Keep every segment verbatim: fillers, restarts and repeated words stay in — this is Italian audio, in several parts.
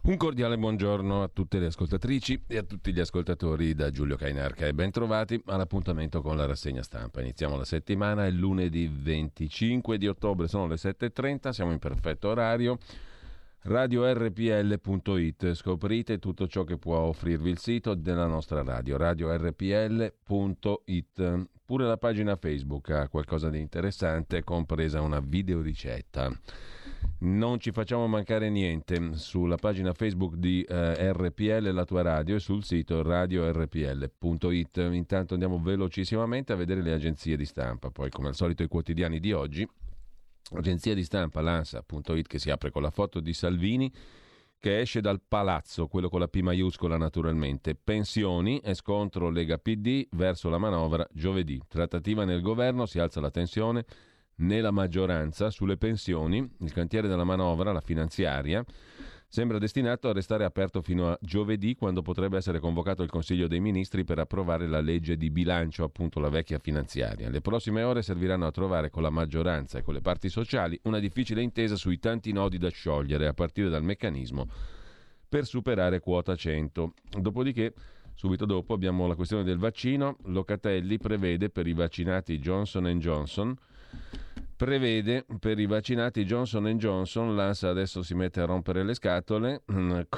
Un cordiale buongiorno a tutte le ascoltatrici e a tutti gli ascoltatori da Giulio Cainarca e ben trovati all'appuntamento con la rassegna stampa. Iniziamo la settimana, è lunedì venticinque di ottobre, sono le sette e trenta, siamo in perfetto orario. radio erre pi elle punto it, scoprite tutto ciò che può offrirvi il sito della nostra radio, radio erre pi elle punto it. Pure la pagina Facebook ha qualcosa di interessante, compresa una videoricetta. Non ci facciamo mancare niente sulla pagina Facebook di eh, erre pi elle, la tua radio, e sul sito radio erre pi elle punto it. Intanto andiamo velocissimamente a vedere le agenzie di stampa, poi come al solito i quotidiani di oggi. Agenzia di stampa l'Ansa punto it che si apre con la foto di Salvini che esce dal palazzo, quello con la P maiuscola naturalmente. Pensioni e scontro Lega P D verso la manovra giovedì. Trattativa nel governo, si alza la tensione nella maggioranza sulle pensioni. Il cantiere della manovra, la finanziaria, sembra destinato a restare aperto fino a giovedì, quando potrebbe essere convocato il Consiglio dei Ministri per approvare la legge di bilancio, appunto la vecchia finanziaria. Le prossime ore serviranno a trovare con la maggioranza e con le parti sociali una difficile intesa sui tanti nodi da sciogliere, a partire dal meccanismo per superare quota cento. Dopodiché, subito dopo, abbiamo la questione del vaccino. Locatelli prevede per i vaccinati Johnson and Johnson Prevede per i vaccinati Johnson and Johnson, l'Ansa adesso si mette a rompere le scatole con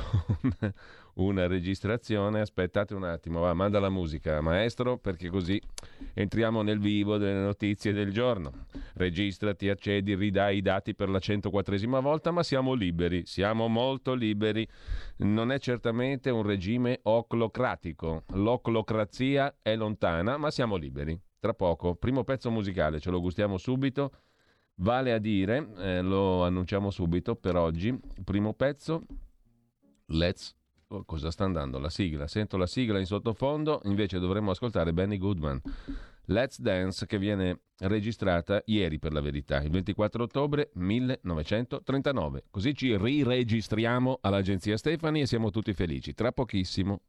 una registrazione. Aspettate un attimo, va, manda la musica, maestro, perché così entriamo nel vivo delle notizie del giorno. Registrati, accedi, ridai i dati per la centoquattresima volta, ma siamo liberi, siamo molto liberi. Non è certamente un regime oclocratico, l'oclocrazia è lontana, ma siamo liberi. Tra poco, primo pezzo musicale, ce lo gustiamo subito. Vale a dire, eh, lo annunciamo subito per oggi, primo pezzo, let's, oh, cosa sta andando? La sigla, sento la sigla in sottofondo, invece dovremmo ascoltare Benny Goodman, Let's Dance, che viene registrata ieri per la verità, il ventiquattro ottobre millenovecentotrentanove, così ci riregistriamo all'agenzia Stefani e siamo tutti felici, tra pochissimo.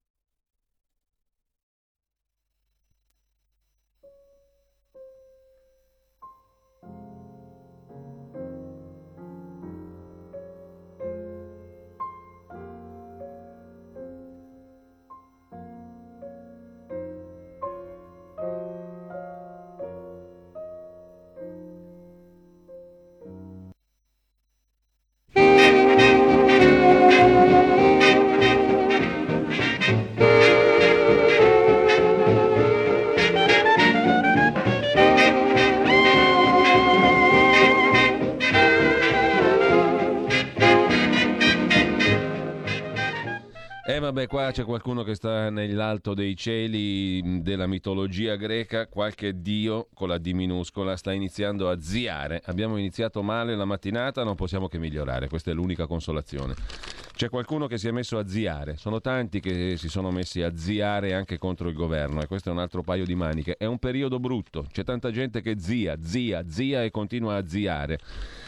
E vabbè, qua c'è qualcuno che sta nell'alto dei cieli della mitologia greca, qualche dio con la D minuscola sta iniziando a ziare. Abbiamo iniziato male la mattinata, non possiamo che migliorare, questa è l'unica consolazione. C'è qualcuno che si è messo a ziare, sono tanti che si sono messi a ziare anche contro il governo, e questo è un altro paio di maniche. È un periodo brutto, c'è tanta gente che zia, zia, zia e continua a ziare.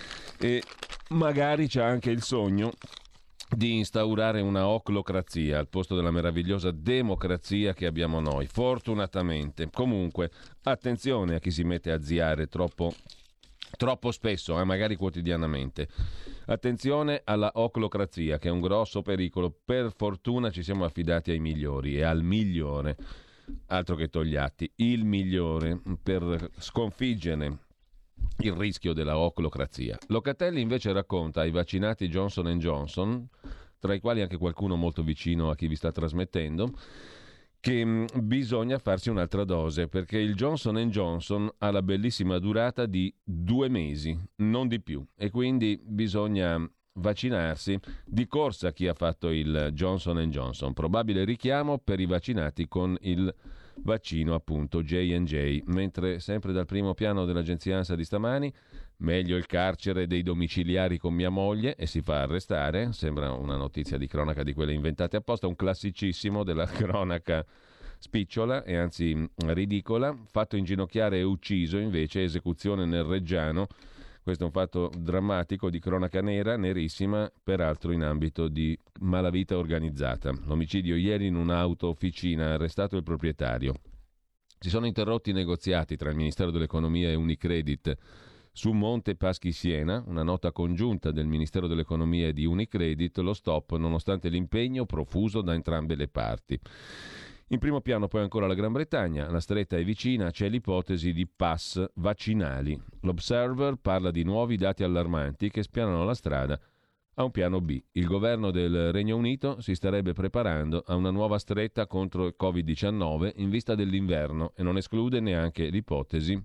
E magari c'è anche il sogno di instaurare una oclocrazia al posto della meravigliosa democrazia che abbiamo noi, fortunatamente. Comunque, attenzione a chi si mette a ziare troppo, troppo spesso, eh, magari quotidianamente. Attenzione alla oclocrazia, che è un grosso pericolo. Per fortuna ci siamo affidati ai migliori e al migliore, altro che Togliatti, il migliore per sconfiggere il rischio della oclocrazia. Locatelli invece racconta ai vaccinati Johnson and Johnson, tra i quali anche qualcuno molto vicino a chi vi sta trasmettendo, che mh, bisogna farsi un'altra dose, perché il Johnson and Johnson ha la bellissima durata di due mesi, non di più, e quindi bisogna vaccinarsi di corsa chi ha fatto il Johnson and Johnson. Probabile richiamo per i vaccinati con il vaccino appunto J and J, mentre sempre dal primo piano dell'agenzia ANSA di stamani, meglio il carcere dei domiciliari con mia moglie e si fa arrestare, sembra una notizia di cronaca di quelle inventate apposta, un classicissimo della cronaca spicciola e anzi ridicola. Fatto inginocchiare e ucciso invece, esecuzione nel Reggiano. Questo è un fatto drammatico di cronaca nera, nerissima, peraltro in ambito di malavita organizzata. L'omicidio ieri in un'auto officina, arrestato il proprietario. Si sono interrotti i negoziati tra il Ministero dell'Economia e Unicredit Su Monte Paschi Siena, una nota congiunta del Ministero dell'Economia e di Unicredit, lo stop nonostante l'impegno profuso da entrambe le parti. In primo piano poi ancora la Gran Bretagna, la stretta è vicina, c'è l'ipotesi di pass vaccinali. L'Observer parla di nuovi dati allarmanti che spianano la strada a un piano B. Il governo del Regno Unito si starebbe preparando a una nuova stretta contro il covid diciannove in vista dell'inverno e non esclude neanche l'ipotesi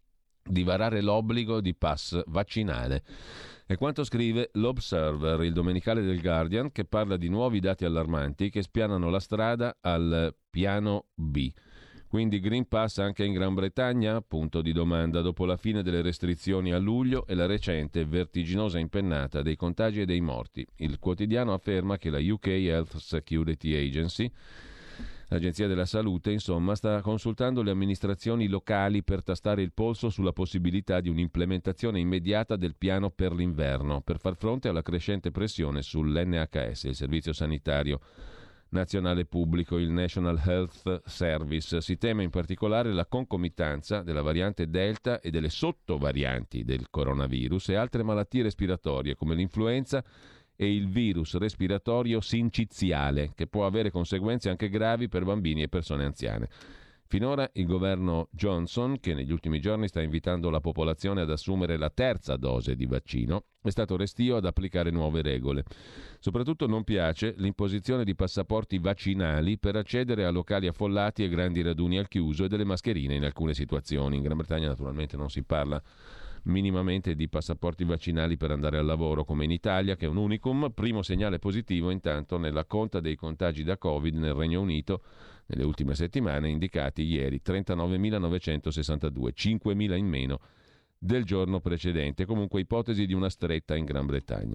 di varare l'obbligo di pass vaccinale. È quanto scrive l'Observer, il domenicale del Guardian, che parla di nuovi dati allarmanti che spianano la strada al piano B. Quindi Green Pass anche in Gran Bretagna? Punto di domanda dopo la fine delle restrizioni a luglio e la recente vertiginosa impennata dei contagi e dei morti. Il quotidiano afferma che la U K Health Security Agency, l'Agenzia della Salute, insomma, sta consultando le amministrazioni locali per tastare il polso sulla possibilità di un'implementazione immediata del piano per l'inverno, per far fronte alla crescente pressione sull'N H S, il Servizio Sanitario Nazionale Pubblico, il National Health Service. Si teme in particolare la concomitanza della variante Delta e delle sottovarianti del coronavirus e altre malattie respiratorie come l'influenza e il virus respiratorio sinciziale, che può avere conseguenze anche gravi per bambini e persone anziane. Finora il governo Johnson, che negli ultimi giorni sta invitando la popolazione ad assumere la terza dose di vaccino, è stato restio ad applicare nuove regole. Soprattutto non piace l'imposizione di passaporti vaccinali per accedere a locali affollati e grandi raduni al chiuso e delle mascherine in alcune situazioni. In Gran Bretagna naturalmente non si parla minimamente di passaporti vaccinali per andare al lavoro come in Italia, che è un unicum. Primo segnale positivo intanto nella conta dei contagi da Covid nel Regno Unito nelle ultime settimane, indicati ieri trentanovemilanovecentosessantadue, cinquemila in meno del giorno precedente. Comunque ipotesi di una stretta in Gran Bretagna.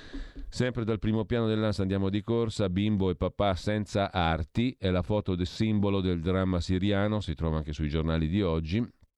Sempre dal primo piano dell'A N S andiamo di corsa. Bimbo e papà senza arti è la foto del simbolo del dramma siriano, si trova anche sui giornali di oggi,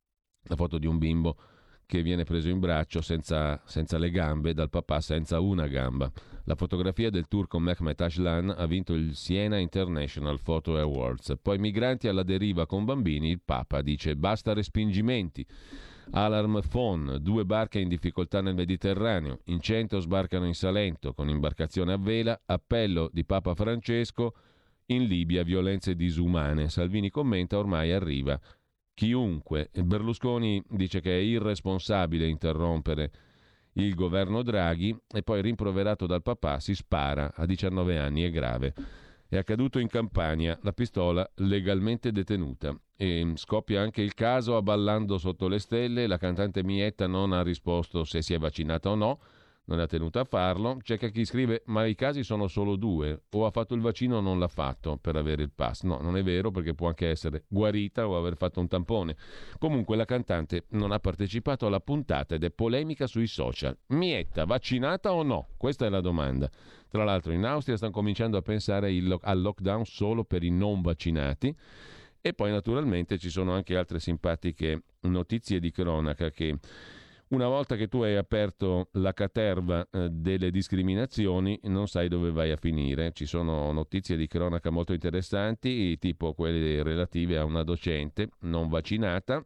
la foto di un bimbo che viene preso in braccio senza, senza le gambe dal papà senza una gamba. La fotografia del turco Mehmet Aslan ha vinto il Siena International Photo Awards. Poi migranti alla deriva con bambini, il Papa dice basta respingimenti. Alarm phone, due barche in difficoltà nel Mediterraneo, in cento sbarcano in Salento con imbarcazione a vela, appello di Papa Francesco, in Libia violenze disumane. Salvini commenta ormai arriva chiunque. Berlusconi dice che è irresponsabile interrompere il governo Draghi e poi rimproverato dal papà si spara a diciannove anni, è grave. È accaduto in Campania, la pistola legalmente detenuta. E scoppia anche il caso a Ballando sotto le stelle, la cantante Mietta non ha risposto se si è vaccinata o no, non è tenuta a farlo. C'è chi scrive ma i casi sono solo due, o ha fatto il vaccino o non l'ha fatto per avere il pass. No, non è vero, perché può anche essere guarita o aver fatto un tampone. Comunque la cantante non ha partecipato alla puntata ed è polemica sui social. Mietta vaccinata o no? Questa è la domanda. Tra l'altro in Austria stanno cominciando a pensare al lockdown solo per i non vaccinati. E poi naturalmente ci sono anche altre simpatiche notizie di cronaca che una volta che tu hai aperto la caterva eh, delle discriminazioni non sai dove vai a finire. Ci sono notizie di cronaca molto interessanti, tipo quelle relative a una docente non vaccinata,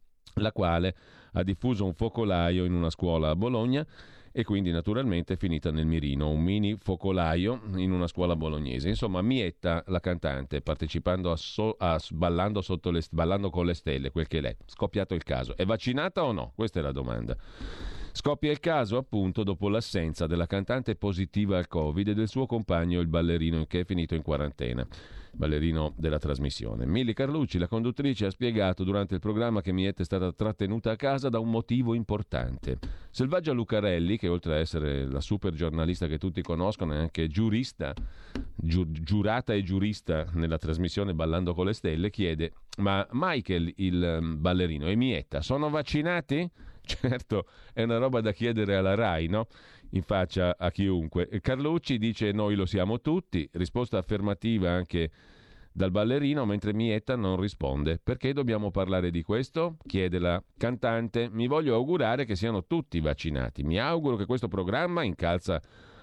la quale ha diffuso un focolaio in una scuola a Bologna e quindi naturalmente è finita nel mirino, un mini focolaio in una scuola bolognese. Insomma, Mietta, la cantante, partecipando a, so- a ballando, sotto le, ballando con le stelle, quel che l'è, scoppiato il caso. È vaccinata o no? Questa è la domanda. Scoppia il caso appunto dopo l'assenza della cantante positiva al Covid e del suo compagno, il ballerino, che è finito in quarantena, ballerino della trasmissione. Milly Carlucci, la conduttrice, ha spiegato durante il programma che Mietta è stata trattenuta a casa da un motivo importante. Selvaggia Lucarelli, che oltre a essere la super giornalista che tutti conoscono è anche giurista, giu- giurata e giurista nella trasmissione Ballando con le Stelle, chiede: ma Michael, il ballerino, e Mietta sono vaccinati? Certo, è una roba da chiedere alla Rai, no? In faccia a chiunque. Carlucci dice noi lo siamo tutti, risposta affermativa anche dal ballerino, mentre Mietta non risponde. Perché dobbiamo parlare di questo? Chiede la cantante. Mi voglio augurare che siano tutti vaccinati. Mi auguro che questo programma, incalza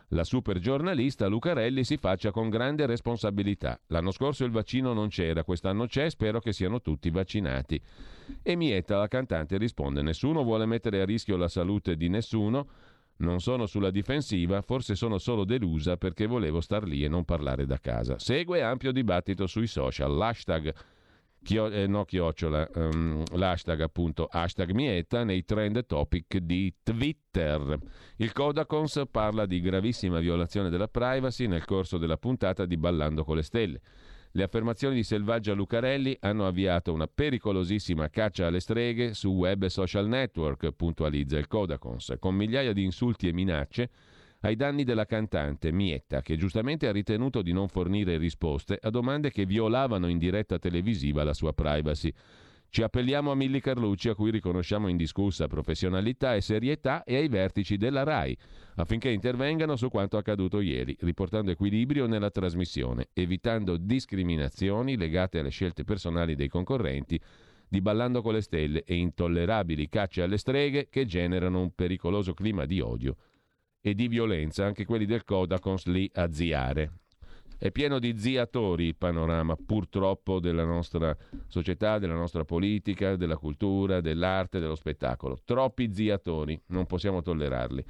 la super giornalista Lucarelli si faccia con grande responsabilità. L'anno scorso il vaccino non c'era, quest'anno c'è, spero che siano tutti vaccinati. E Mietta, la cantante, risponde: nessuno vuole mettere a rischio la salute di nessuno, non sono sulla difensiva, forse sono solo delusa perché volevo star lì e non parlare da casa. Segue ampio dibattito sui social, l'hashtag Chio, eh, no chiocciola, um, l'hashtag appunto hashtag Mietta nei trend topic di Twitter. Il Codacons parla di gravissima violazione della privacy nel corso della puntata di Ballando con le Stelle. Le affermazioni di Selvaggia Lucarelli hanno avviato una pericolosissima caccia alle streghe su web e social network, puntualizza il Codacons, con migliaia di insulti e minacce ai danni della cantante Mietta, che giustamente ha ritenuto di non fornire risposte a domande che violavano in diretta televisiva la sua privacy. Ci appelliamo a Milly Carlucci, a cui riconosciamo indiscussa professionalità e serietà, e ai vertici della RAI, affinché intervengano su quanto accaduto ieri, riportando equilibrio nella trasmissione, evitando discriminazioni legate alle scelte personali dei concorrenti di Ballando con le Stelle e intollerabili cacce alle streghe che generano un pericoloso clima di odio e di violenza, anche quelli del Codacons lì a ziare. È pieno di ziatori il panorama, purtroppo, della nostra società, della nostra politica, della cultura, dell'arte, dello spettacolo. Troppi ziatori, non possiamo tollerarli.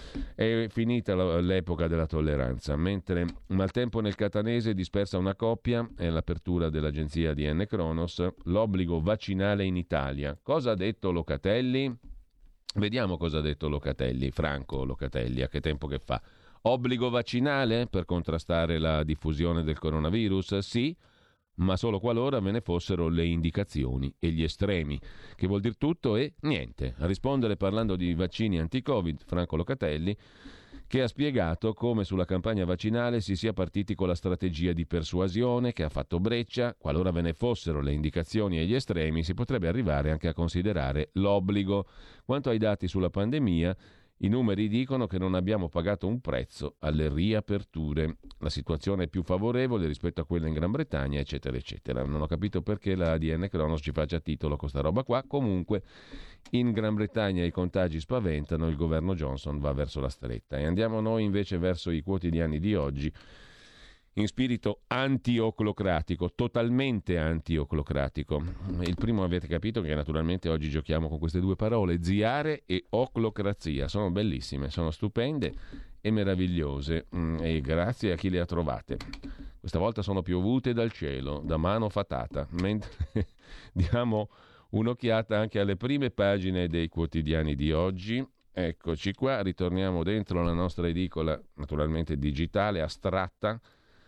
È finita l'epoca della tolleranza. Mentre maltempo nel Catanese dispersa una coppia, è l'apertura dell'agenzia di N Cronos, l'obbligo vaccinale in Italia. Cosa ha detto Locatelli? Vediamo cosa ha detto Locatelli, Franco Locatelli, a che tempo che fa. Obbligo vaccinale per contrastare la diffusione del coronavirus? Sì, ma solo qualora ve ne fossero le indicazioni e gli estremi, che vuol dire tutto e niente. A rispondere parlando di vaccini anti-Covid, Franco Locatelli, che ha spiegato come sulla campagna vaccinale si sia partiti con la strategia di persuasione che ha fatto breccia. Qualora ve ne fossero le indicazioni e gli estremi, si potrebbe arrivare anche a considerare l'obbligo. Quanto ai dati sulla pandemia, i numeri dicono che non abbiamo pagato un prezzo alle riaperture. La situazione è più favorevole rispetto a quella in Gran Bretagna, eccetera, eccetera. Non ho capito perché la A D N Cronos ci faccia titolo con sta roba qua. Comunque, in Gran Bretagna i contagi spaventano, il governo Johnson va verso la stretta. E andiamo noi invece verso i quotidiani di oggi, in spirito anti-oclocratico, totalmente anti-oclocratico. Il primo, avete capito che naturalmente oggi giochiamo con queste due parole, ziare e oclocrazia. Sono bellissime, sono stupende e meravigliose, e grazie a chi le ha trovate. Questa volta sono piovute dal cielo, da mano fatata, mentre diamo un'occhiata anche alle prime pagine dei quotidiani di oggi. Eccoci qua, ritorniamo dentro la nostra edicola, naturalmente digitale, astratta.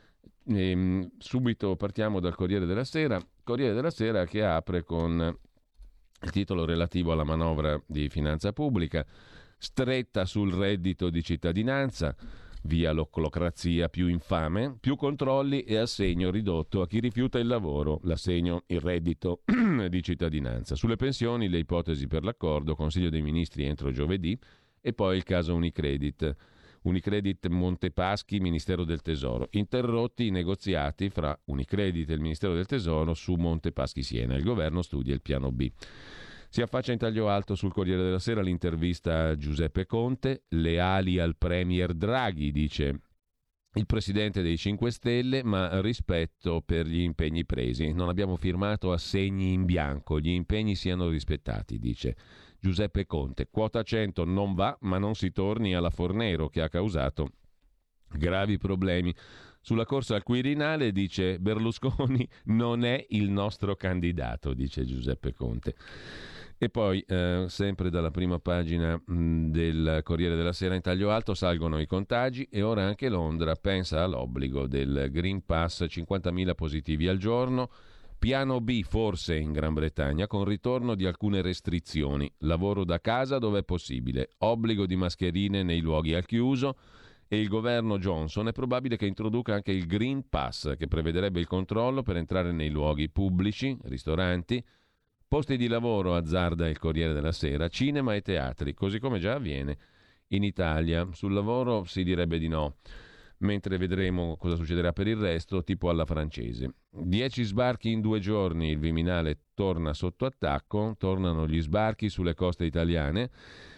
E subito partiamo dal Corriere della Sera. Corriere della Sera che apre con il titolo relativo alla manovra di finanza pubblica: stretta sul reddito di cittadinanza, via l'oclocrazia più infame, più controlli e assegno ridotto a chi rifiuta il lavoro, l'assegno, il reddito di cittadinanza. Sulle pensioni le ipotesi per l'accordo, Consiglio dei Ministri entro giovedì, e poi il caso Unicredit. Unicredit Montepaschi, Ministero del Tesoro. Interrotti i negoziati fra Unicredit e il Ministero del Tesoro su Montepaschi Siena. Il governo studia il piano B. Si affaccia in taglio alto sul Corriere della Sera l'intervista a Giuseppe Conte. Leali al premier Draghi, dice il presidente dei cinque Stelle, ma rispetto per gli impegni presi. Non abbiamo firmato assegni in bianco, gli impegni siano rispettati, dice Giuseppe Conte. Quota cento non va, ma non si torni alla Fornero, che ha causato gravi problemi. Sulla corsa al Quirinale, dice Berlusconi, non è il nostro candidato, dice Giuseppe Conte. E poi, eh, sempre dalla prima pagina mh, del Corriere della Sera, in taglio alto, salgono i contagi e ora anche Londra pensa all'obbligo del Green Pass, cinquantamila positivi al giorno. Piano B forse in Gran Bretagna, con ritorno di alcune restrizioni. Lavoro da casa dove è possibile, obbligo di mascherine nei luoghi al chiuso, e il governo Johnson è probabile che introduca anche il Green Pass, che prevederebbe il controllo per entrare nei luoghi pubblici, ristoranti, posti di lavoro, azzarda il Corriere della Sera, cinema e teatri, così come già avviene in Italia. Sul lavoro si direbbe di no, mentre vedremo cosa succederà per il resto, tipo alla francese. Dieci sbarchi in due giorni, il Viminale torna sotto attacco, tornano gli sbarchi sulle coste italiane.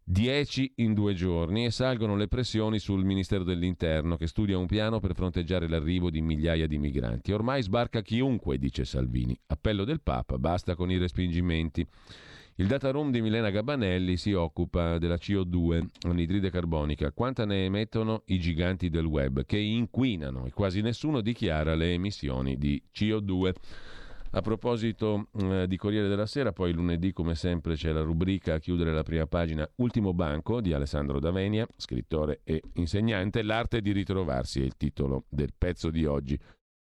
dieci in due giorni e salgono le pressioni sul Ministero dell'Interno che studia un piano per fronteggiare l'arrivo di migliaia di migranti. Ormai sbarca chiunque, dice Salvini. Appello del Papa, basta con i respingimenti. Il data room di Milena Gabanelli si occupa della C O due, l'anidride carbonica. Quanta ne emettono i giganti del web che inquinano e quasi nessuno dichiara le emissioni di C O due. A proposito eh, di Corriere della Sera, poi lunedì come sempre c'è la rubrica a chiudere la prima pagina Ultimo banco di Alessandro D'Avenia, scrittore e insegnante. L'arte di ritrovarsi è il titolo del pezzo di oggi.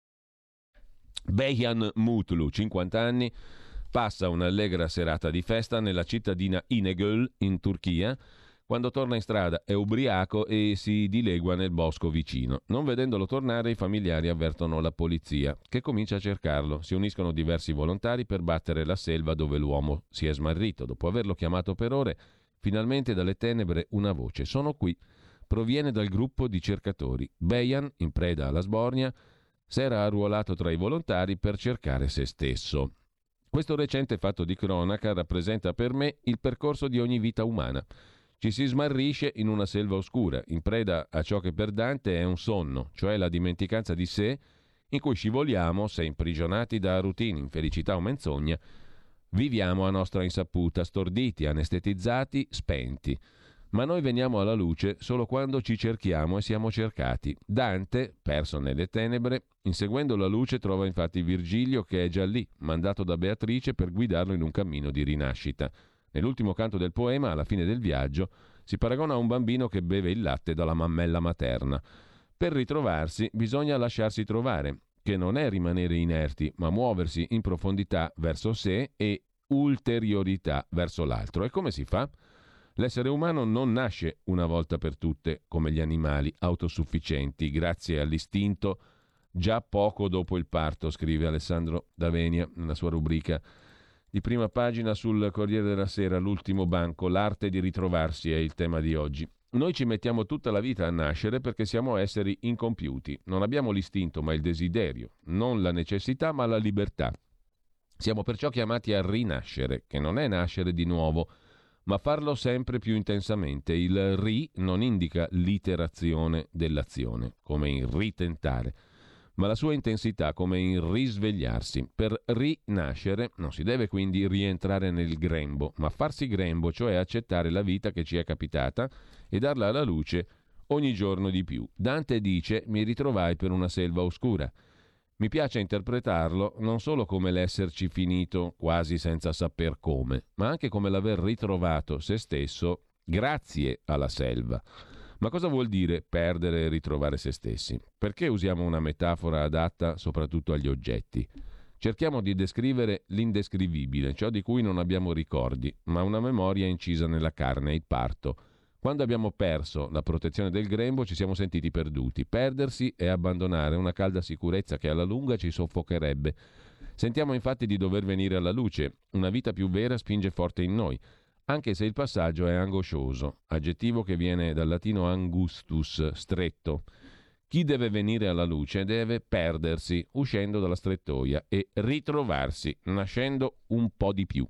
Beyhan Mutlu, cinquanta anni, passa un'allegra serata di festa nella cittadina Inegöl in Turchia. Quando torna in strada è ubriaco e si dilegua nel bosco vicino. Non vedendolo tornare, i familiari avvertono la polizia, che comincia a cercarlo. Si uniscono diversi volontari per battere la selva dove l'uomo si è smarrito. Dopo averlo chiamato per ore, finalmente dalle tenebre una voce. Sono qui. Proviene dal gruppo di cercatori. Beyhan, in preda alla sbornia, s'era arruolato tra i volontari per cercare se stesso. Questo recente fatto di cronaca rappresenta per me il percorso di ogni vita umana. Ci si smarrisce in una selva oscura, in preda a ciò che per Dante è un sonno, cioè la dimenticanza di sé, in cui scivoliamo se imprigionati da routine, infelicità o menzogna, viviamo a nostra insaputa, storditi, anestetizzati, spenti. Ma noi veniamo alla luce solo quando ci cerchiamo e siamo cercati. Dante, perso nelle tenebre, inseguendo la luce trova infatti Virgilio che è già lì, mandato da Beatrice per guidarlo in un cammino di rinascita. Nell'ultimo canto del poema, alla fine del viaggio, si paragona a un bambino che beve il latte dalla mammella materna. Per ritrovarsi bisogna lasciarsi trovare, che non è rimanere inerti, ma muoversi in profondità verso sé e ulteriorità verso l'altro. E come si fa? L'essere umano non nasce una volta per tutte, come gli animali, autosufficienti, grazie all'istinto già poco dopo il parto, scrive Alessandro D'Avenia nella sua rubrica di prima pagina sul Corriere della Sera. L'ultimo banco, l'arte di ritrovarsi è il tema di oggi. Noi ci mettiamo tutta la vita a nascere perché siamo esseri incompiuti. Non abbiamo l'istinto ma il desiderio, non la necessità ma la libertà. Siamo perciò chiamati a rinascere, che non è nascere di nuovo, ma farlo sempre più intensamente. Il ri non indica l'iterazione dell'azione, come in ritentare, ma la sua intensità come in risvegliarsi. Per rinascere non si deve quindi rientrare nel grembo, ma farsi grembo, cioè accettare la vita che ci è capitata e darla alla luce ogni giorno di più. Dante dice: mi ritrovai per una selva oscura. Mi piace interpretarlo non solo come l'esserci finito quasi senza saper come, ma anche come l'aver ritrovato se stesso grazie alla selva. Ma cosa vuol dire perdere e ritrovare se stessi? Perché usiamo una metafora adatta soprattutto agli oggetti? Cerchiamo di descrivere l'indescrivibile, ciò di cui non abbiamo ricordi, ma una memoria incisa nella carne, il parto. Quando abbiamo perso la protezione del grembo ci siamo sentiti perduti. Perdersi è abbandonare una calda sicurezza che alla lunga ci soffocherebbe. Sentiamo infatti di dover venire alla luce. Una vita più vera spinge forte in noi, anche se il passaggio è angoscioso, aggettivo che viene dal latino angustus, stretto. Chi deve venire alla luce deve perdersi, uscendo dalla strettoia, e ritrovarsi, nascendo un po' di più.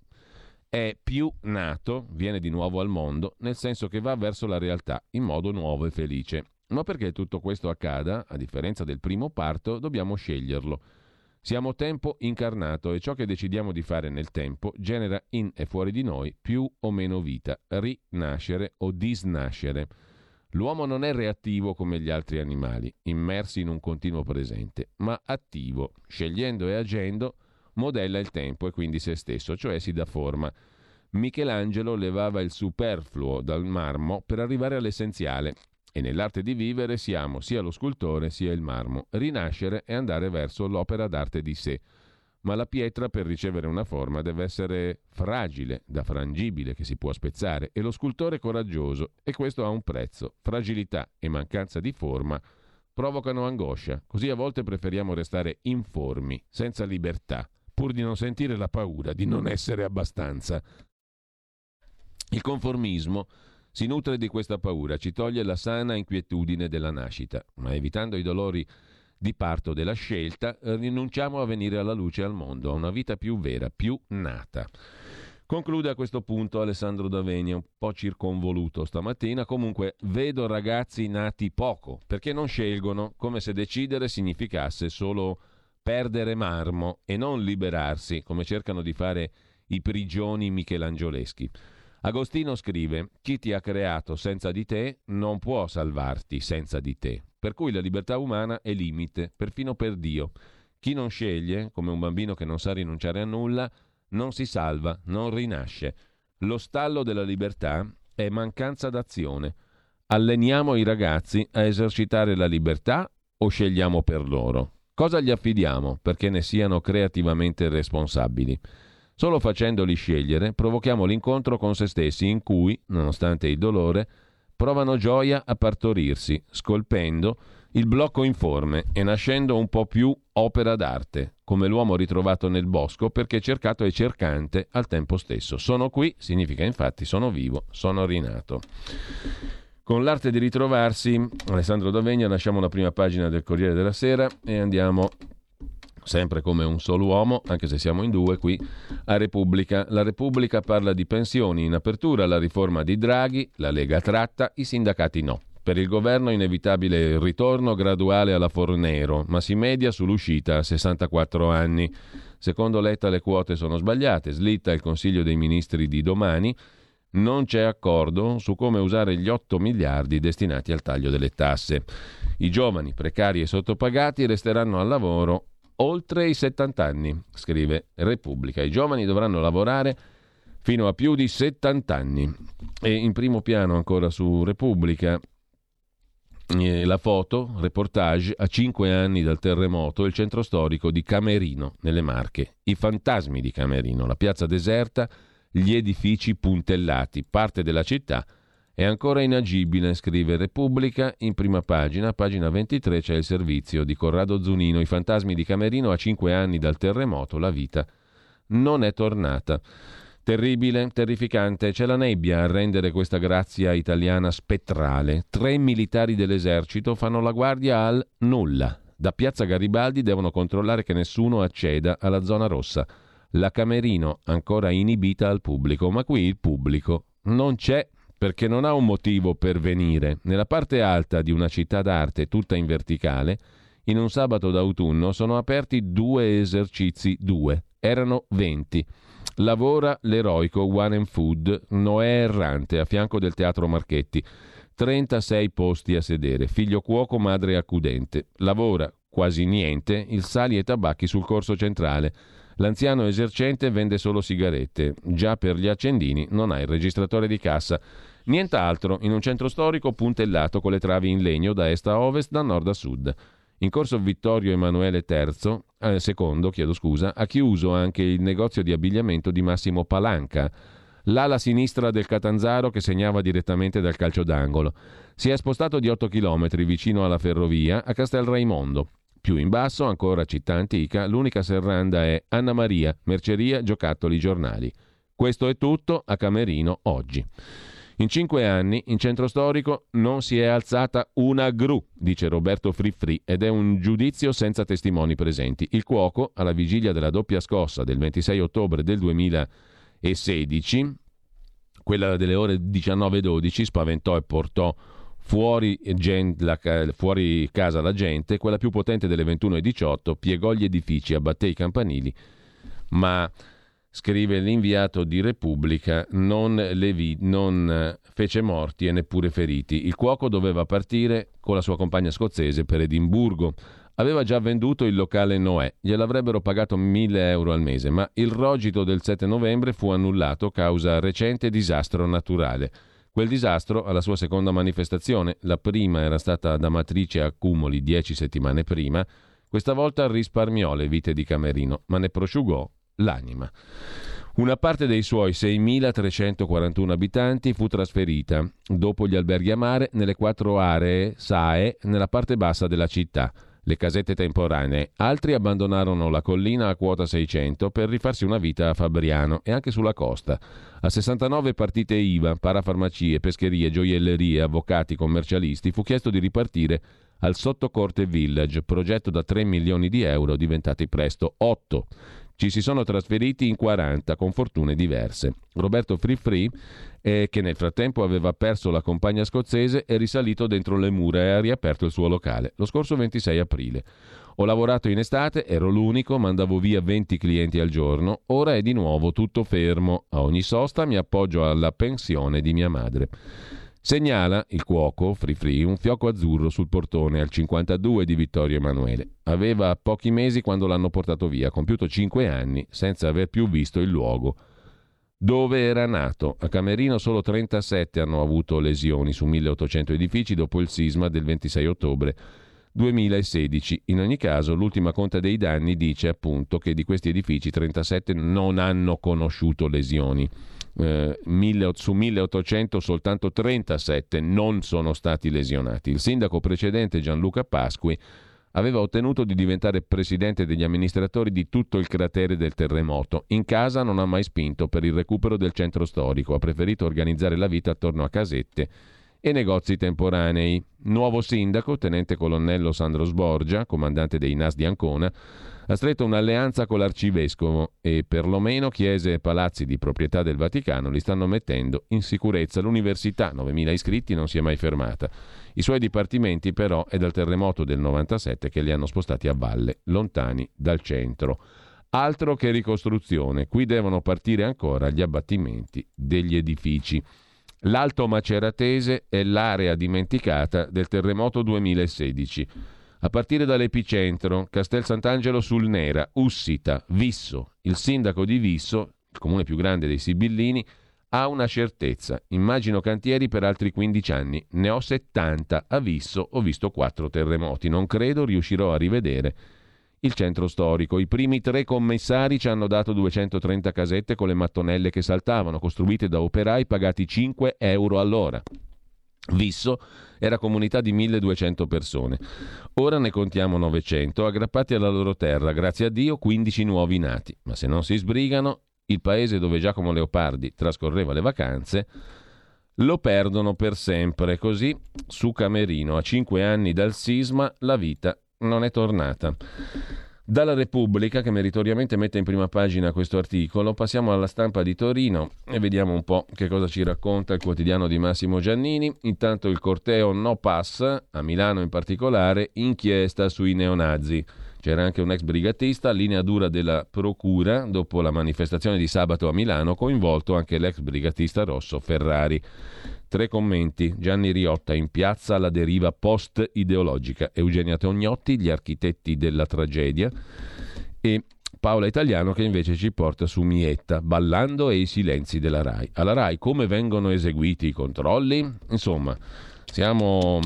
È più nato, viene di nuovo al mondo, nel senso che va verso la realtà, in modo nuovo e felice. Ma perché tutto questo accada, a differenza del primo parto, dobbiamo sceglierlo. Siamo tempo incarnato e ciò che decidiamo di fare nel tempo genera in e fuori di noi più o meno vita, rinascere o disnascere. L'uomo non è reattivo come gli altri animali, immersi in un continuo presente, ma attivo, scegliendo e agendo, modella il tempo e quindi se stesso, cioè si dà forma. Michelangelo levava il superfluo dal marmo per arrivare all'essenziale. E nell'arte di vivere siamo sia lo scultore sia il marmo. Rinascere è andare verso l'opera d'arte di sé. Ma la pietra per ricevere una forma deve essere fragile, da frangibile che si può spezzare, e lo scultore coraggioso, e questo ha un prezzo. Fragilità e mancanza di forma provocano angoscia, così a volte preferiamo restare informi, senza libertà, pur di non sentire la paura di non essere abbastanza. Il conformismo si nutre di questa paura, ci toglie la sana inquietudine della nascita, ma evitando i dolori di parto della scelta, rinunciamo a venire alla luce e al mondo, a una vita più vera, più nata. Conclude a questo punto Alessandro D'Avenia, un po' circonvoluto stamattina. Comunque, vedo ragazzi nati poco, perché non scelgono, come se decidere significasse solo perdere marmo e non liberarsi, come cercano di fare i prigioni michelangioleschi. Agostino scrive: chi ti ha creato senza di te non può salvarti senza di te, per cui la libertà umana è limite, perfino per Dio. Chi non sceglie, come un bambino che non sa rinunciare a nulla, non si salva, non rinasce. Lo stallo della libertà è mancanza d'azione. Alleniamo i ragazzi a esercitare la libertà o scegliamo per loro? Cosa gli affidiamo perché ne siano creativamente responsabili? Solo facendoli scegliere provochiamo l'incontro con se stessi in cui, nonostante il dolore, provano gioia a partorirsi, scolpendo il blocco informe e nascendo un po' più opera d'arte, come l'uomo ritrovato nel bosco perché cercato e cercante al tempo stesso. Sono qui significa infatti sono vivo, sono rinato. Con l'arte di ritrovarsi, Alessandro D'Avenia, lasciamo la prima pagina del Corriere della Sera e andiamo, sempre come un solo uomo, anche se siamo in due qui, a Repubblica. La Repubblica parla di pensioni, in apertura la riforma di Draghi, la Lega tratta, i sindacati no. Per il governo è inevitabile il ritorno graduale alla Fornero, ma si media sull'uscita a sessantaquattro anni. Secondo Letta le quote sono sbagliate, slitta il Consiglio dei Ministri di domani, non c'è accordo su come usare gli otto miliardi destinati al taglio delle tasse. I giovani, precari e sottopagati resteranno al lavoro oltre i settanta anni, scrive Repubblica. I giovani dovranno lavorare fino a più di settanta anni. E in primo piano ancora su Repubblica eh, la foto, reportage a cinque anni dal terremoto, il centro storico di Camerino nelle Marche. I fantasmi di Camerino, la piazza deserta, gli edifici puntellati, parte della città è ancora inagibile, scrive Repubblica. In prima pagina, pagina ventitré, c'è il servizio di Corrado Zunino. I fantasmi di Camerino, a cinque anni dal terremoto, la vita non è tornata. Terribile, terrificante, c'è la nebbia a rendere questa grazia italiana spettrale. Tre militari dell'esercito fanno la guardia al nulla. Da Piazza Garibaldi devono controllare che nessuno acceda alla zona rossa. La Camerino ancora inibita al pubblico, ma qui il pubblico non c'è, perché non ha un motivo per venire. Nella parte alta di una città d'arte tutta in verticale, in un sabato d'autunno sono aperti due esercizi, due, erano venti. Lavora l'eroico One and Food, Noè Errante, a fianco del Teatro Marchetti. trentasei posti a sedere, figlio cuoco, madre accudente. Lavora quasi niente il Sali e Tabacchi sul corso centrale. L'anziano esercente vende solo sigarette, già per gli accendini non ha il registratore di cassa. Nient'altro, in un centro storico puntellato con le travi in legno da est a ovest, da nord a sud. In corso Vittorio Emanuele terzo, eh, secondo, chiedo scusa, ha chiuso anche il negozio di abbigliamento di Massimo Palanca, l'ala sinistra del Catanzaro che segnava direttamente dal calcio d'angolo. Si è spostato di otto chilometri vicino alla ferrovia a Castel Raimondo. Più in basso, ancora città antica, l'unica serranda è Anna Maria, merceria, giocattoli, giornali. Questo è tutto a Camerino oggi. In cinque anni, in centro storico, non si è alzata una gru, dice Roberto Friffri, ed è un giudizio senza testimoni presenti. Il cuoco, alla vigilia della doppia scossa del ventisei ottobre del duemilasedici, quella delle ore diciannove e dodici, spaventò e portò fuori, gente, la, fuori casa la gente, quella più potente delle ventuno e diciotto, piegò gli edifici, abbatté i campanili, ma... scrive l'inviato di Repubblica, non, le vi- non fece morti e neppure feriti. Il cuoco doveva partire con la sua compagna scozzese per Edimburgo. Aveva già venduto il locale Noè, gliel'avrebbero pagato mille euro al mese, ma il rogito del sette novembre fu annullato causa recente disastro naturale. Quel disastro alla sua seconda manifestazione, la prima era stata da matrice a cumuli dieci settimane prima, questa volta risparmiò le vite di Camerino, ma ne prosciugò l'anima. Una parte dei suoi seimilatrecentoquarantuno abitanti fu trasferita, dopo gli alberghi a mare, nelle quattro aree S A E nella parte bassa della città, le casette temporanee. Altri abbandonarono la collina a quota seicento per rifarsi una vita a Fabriano e anche sulla costa. A sessantanove partite I V A, parafarmacie, pescherie, gioiellerie, avvocati, commercialisti, fu chiesto di ripartire al Sottocorte Village, progetto da tre milioni di euro diventati presto otto. Ci si sono trasferiti in quaranta con fortune diverse. Roberto Free, eh, che nel frattempo aveva perso la compagna scozzese, è risalito dentro le mura e ha riaperto il suo locale lo scorso ventisei aprile. Ho lavorato in estate, ero l'unico, mandavo via venti clienti al giorno, ora è di nuovo tutto fermo. A ogni sosta mi appoggio alla pensione di mia madre. Segnala il cuoco Free Free un fiocco azzurro sul portone al cinquantadue di Vittorio Emanuele. Aveva pochi mesi quando l'hanno portato via, compiuto cinque anni, senza aver più visto il luogo dove era nato. A Camerino solo trentasette hanno avuto lesioni su milleottocento edifici dopo il sisma del ventisei ottobre duemilasedici. In ogni caso, l'ultima conta dei danni dice appunto che di questi edifici trentasette non hanno conosciuto lesioni. Eh, mille, su milleottocento soltanto trentasette non sono stati lesionati. Il sindaco precedente Gianluca Pasqui aveva ottenuto di diventare presidente degli amministratori di tutto il cratere del terremoto. In casa non ha mai spinto per il recupero del centro storico, ha preferito organizzare la vita attorno a casette e negozi temporanei. Nuovo sindaco, tenente colonnello Sandro Sborgia, comandante dei N A S di Ancona, ha stretto un'alleanza con l'arcivescovo e perlomeno chiese e palazzi di proprietà del Vaticano li stanno mettendo in sicurezza. L'università, novemila iscritti, non si è mai fermata. I suoi dipartimenti però è dal terremoto del novantasette che li hanno spostati a valle, lontani dal centro. Altro che ricostruzione, qui devono partire ancora gli abbattimenti degli edifici. L'Alto Maceratese è l'area dimenticata del terremoto duemilasedici. A partire dall'epicentro, Castel Sant'Angelo sul Nera, Ussita, Visso. Il sindaco di Visso, il comune più grande dei Sibillini, ha una certezza. Immagino cantieri per altri quindici anni. Ne ho settanta. A Visso ho visto quattro terremoti. Non credo riuscirò a rivedere il centro storico. I primi tre commissari ci hanno dato duecentotrenta casette con le mattonelle che saltavano, costruite da operai pagati cinque euro all'ora. Visso era comunità di milleduecento persone. Ora ne contiamo novecento, aggrappati alla loro terra, grazie a Dio quindici nuovi nati. Ma se non si sbrigano, il paese dove Giacomo Leopardi trascorreva le vacanze lo perdono per sempre. Così su Camerino, a cinque anni dal sisma, la vita non è tornata. Dalla Repubblica, che meritoriamente mette in prima pagina questo articolo, passiamo alla Stampa di Torino e vediamo un po' che cosa ci racconta il quotidiano di Massimo Giannini. Intanto il corteo No Pass, a Milano in particolare, inchiesta sui neonazi. C'era anche un ex brigatista, linea dura della procura dopo la manifestazione di sabato a Milano, coinvolto anche l'ex brigatista rosso Ferrari. Tre commenti. Gianni Riotta, in piazza la deriva post-ideologica. Eugenia Tognotti, gli architetti della tragedia. E Paola Italiano, che invece ci porta su Mietta, Ballando e i silenzi della RAI. Alla RAI come vengono eseguiti i controlli? Insomma, siamo...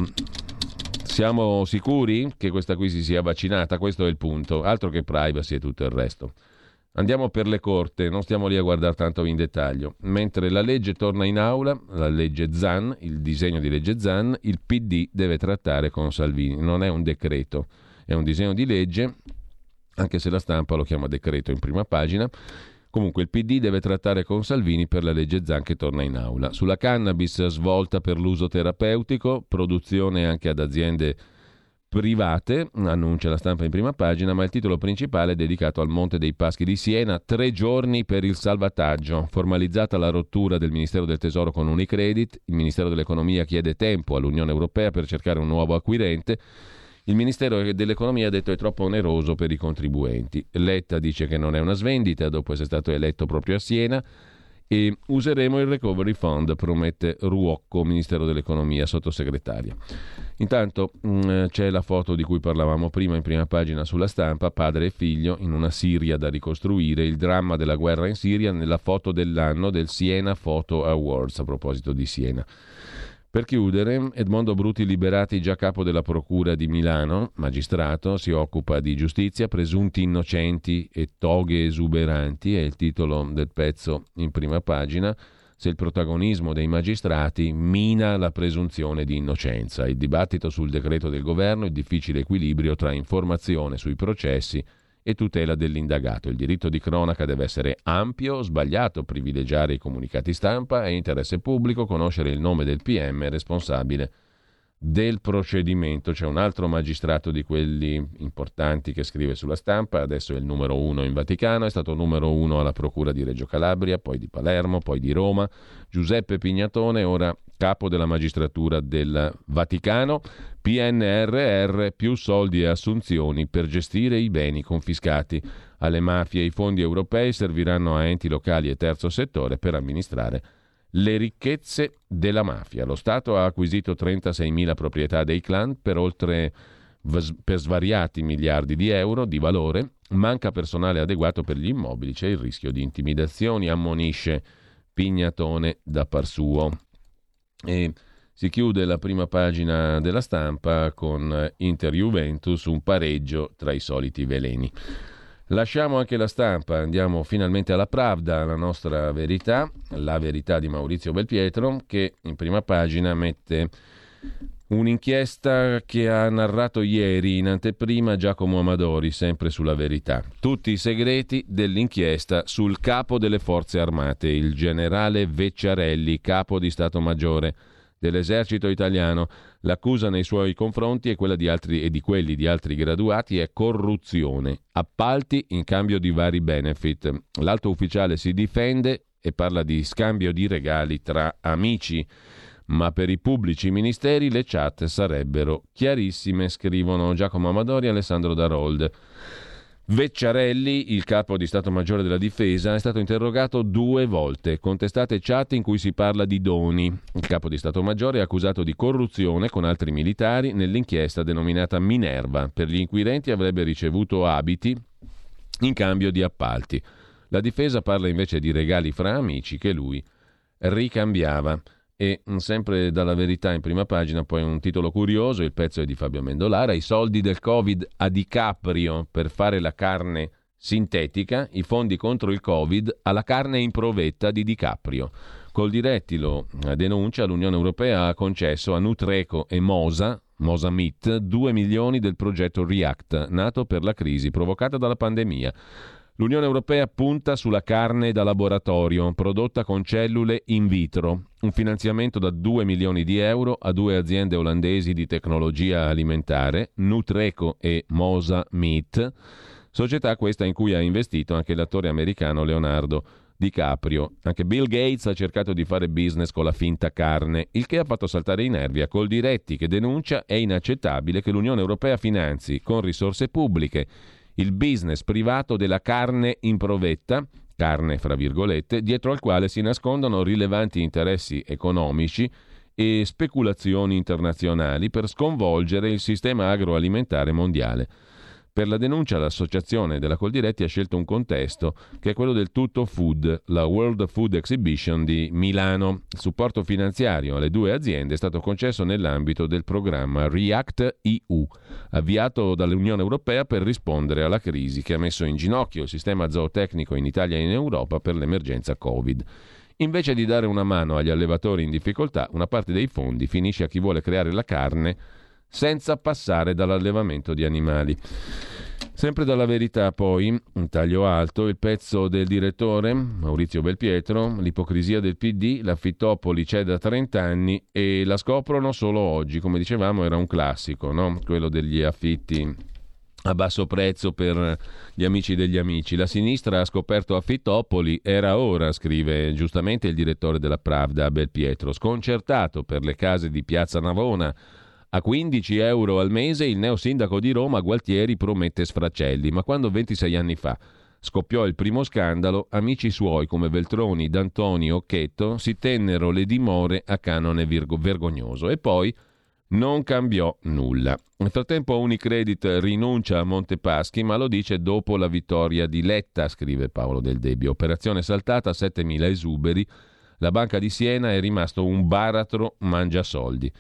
Siamo sicuri che questa qui si sia vaccinata? Questo è il punto. Altro che privacy e tutto il resto. Andiamo per le corte, non stiamo lì a guardare tanto in dettaglio. Mentre la legge torna in aula, la legge Zan, il disegno di legge Zan, il P D deve trattare con Salvini. Non è un decreto, è un disegno di legge, anche se la stampa lo chiama decreto in prima pagina. Comunque il P D deve trattare con Salvini per la legge Zan che torna in aula. Sulla cannabis, svolta per l'uso terapeutico, produzione anche ad aziende private, annuncia la stampa in prima pagina, ma il titolo principale è dedicato al Monte dei Paschi di Siena. Tre giorni per il salvataggio. Formalizzata la rottura del Ministero del Tesoro con Unicredit, il Ministero dell'Economia chiede tempo all'Unione Europea per cercare un nuovo acquirente. Il Ministero dell'Economia ha detto è troppo oneroso per i contribuenti. Letta dice che non è una svendita dopo essere stato eletto proprio a Siena e useremo il Recovery Fund, promette Ruocco, Ministero dell'Economia, sottosegretaria. Intanto mh, c'è la foto di cui parlavamo prima in prima pagina sulla stampa, padre e figlio in una Siria da ricostruire, il dramma della guerra in Siria nella foto dell'anno del Siena Photo Awards, a proposito di Siena. Per chiudere, Edmondo Bruti Liberati, già capo della Procura di Milano, magistrato, si occupa di giustizia, presunti innocenti e toghe esuberanti, è il titolo del pezzo in prima pagina, se il protagonismo dei magistrati mina la presunzione di innocenza. Il dibattito sul decreto del governo, il difficile equilibrio tra informazione sui processi e tutela dell'indagato. Il diritto di cronaca deve essere ampio, sbagliato privilegiare i comunicati stampa, è interesse pubblico conoscere il nome del P M responsabile del procedimento. C'è un altro magistrato di quelli importanti che scrive sulla Stampa, adesso è il numero uno in Vaticano, è stato numero uno alla Procura di Reggio Calabria, poi di Palermo, poi di Roma, Giuseppe Pignatone, ora capo della magistratura del Vaticano. P N R R, più soldi e assunzioni per gestire i beni confiscati alle mafie. I fondi europei serviranno a enti locali e terzo settore per amministrare le ricchezze della mafia. Lo Stato ha acquisito trentaseimila proprietà dei clan per oltre per svariati miliardi di euro di valore. Manca personale adeguato per gli immobili, c'è il rischio di intimidazioni, ammonisce Pignatone da par suo. E si chiude la prima pagina della Stampa con Inter Juventus, un pareggio tra i soliti veleni. Lasciamo anche la Stampa, andiamo finalmente alla Pravda, la nostra verità, la verità di Maurizio Belpietro, che in prima pagina mette un'inchiesta che ha narrato ieri in anteprima Giacomo Amadori, sempre sulla Verità. Tutti i segreti dell'inchiesta sul capo delle forze armate, il generale Vecciarelli, capo di Stato Maggiore dell'esercito italiano. L'accusa nei suoi confronti è quella di altri e di quelli di altri graduati è corruzione, appalti in cambio di vari benefit. L'alto ufficiale si difende e parla di scambio di regali tra amici, ma per i pubblici ministeri le chat sarebbero chiarissime, scrivono Giacomo Amadori e Alessandro Darold. Vecciarelli, il capo di Stato Maggiore della Difesa, è stato interrogato due volte, contestate chat in cui si parla di doni. Il capo di Stato Maggiore è accusato di corruzione con altri militari nell'inchiesta denominata Minerva. Per gli inquirenti avrebbe ricevuto abiti in cambio di appalti. La Difesa parla invece di regali fra amici che lui ricambiava. E sempre dalla Verità in prima pagina poi un titolo curioso, il pezzo è di Fabio Amendolara: i soldi del Covid a DiCaprio per fare la carne sintetica, i fondi contro il Covid alla carne in provetta di DiCaprio. Coldiretti lo denuncia, l'Unione Europea ha concesso a Nutreco e Mosa, Mosa Meat, due milioni del progetto REACT, nato per la crisi provocata dalla pandemia. L'Unione Europea punta sulla carne da laboratorio, prodotta con cellule in vitro. Un finanziamento da due milioni di euro a due aziende olandesi di tecnologia alimentare, Nutreco e Mosa Meat, società questa in cui ha investito anche l'attore americano Leonardo DiCaprio. Anche Bill Gates ha cercato di fare business con la finta carne, il che ha fatto saltare i nervi a Coldiretti, che denuncia: è inaccettabile che l'Unione Europea finanzi con risorse pubbliche il business privato della carne in provetta, carne fra virgolette, dietro al quale si nascondono rilevanti interessi economici e speculazioni internazionali per sconvolgere il sistema agroalimentare mondiale. Per la denuncia l'associazione della Coldiretti ha scelto un contesto che è quello del Tutto Food, la World Food Exhibition di Milano. Il supporto finanziario alle due aziende è stato concesso nell'ambito del programma REACT E U, avviato dall'Unione Europea per rispondere alla crisi che ha messo in ginocchio il sistema zootecnico in Italia e in Europa per l'emergenza Covid. Invece di dare una mano agli allevatori in difficoltà, una parte dei fondi finisce a chi vuole creare la carne senza passare dall'allevamento di animali. Sempre dalla Verità poi, un taglio alto, il pezzo del direttore Maurizio Belpietro, l'ipocrisia del P D, l'affittopoli c'è da trenta anni e la scoprono solo oggi. Come dicevamo era un classico, no? Quello degli affitti a basso prezzo per gli amici degli amici. La sinistra ha scoperto affittopoli, era ora, scrive giustamente il direttore della Pravda Belpietro, sconcertato per le case di Piazza Navona. A quindici euro al mese il neosindaco di Roma Gualtieri promette sfracelli, ma quando ventisei anni fa scoppiò il primo scandalo, amici suoi come Veltroni, D'Antoni, Occhetto si tennero le dimore a canone virgo- vergognoso e poi non cambiò nulla. Nel frattempo Unicredit rinuncia a Montepaschi, ma lo dice dopo la vittoria di Letta, scrive Paolo Del Debbio. Operazione saltata, settemila esuberi, la Banca di Siena è rimasto un baratro mangiasoldi.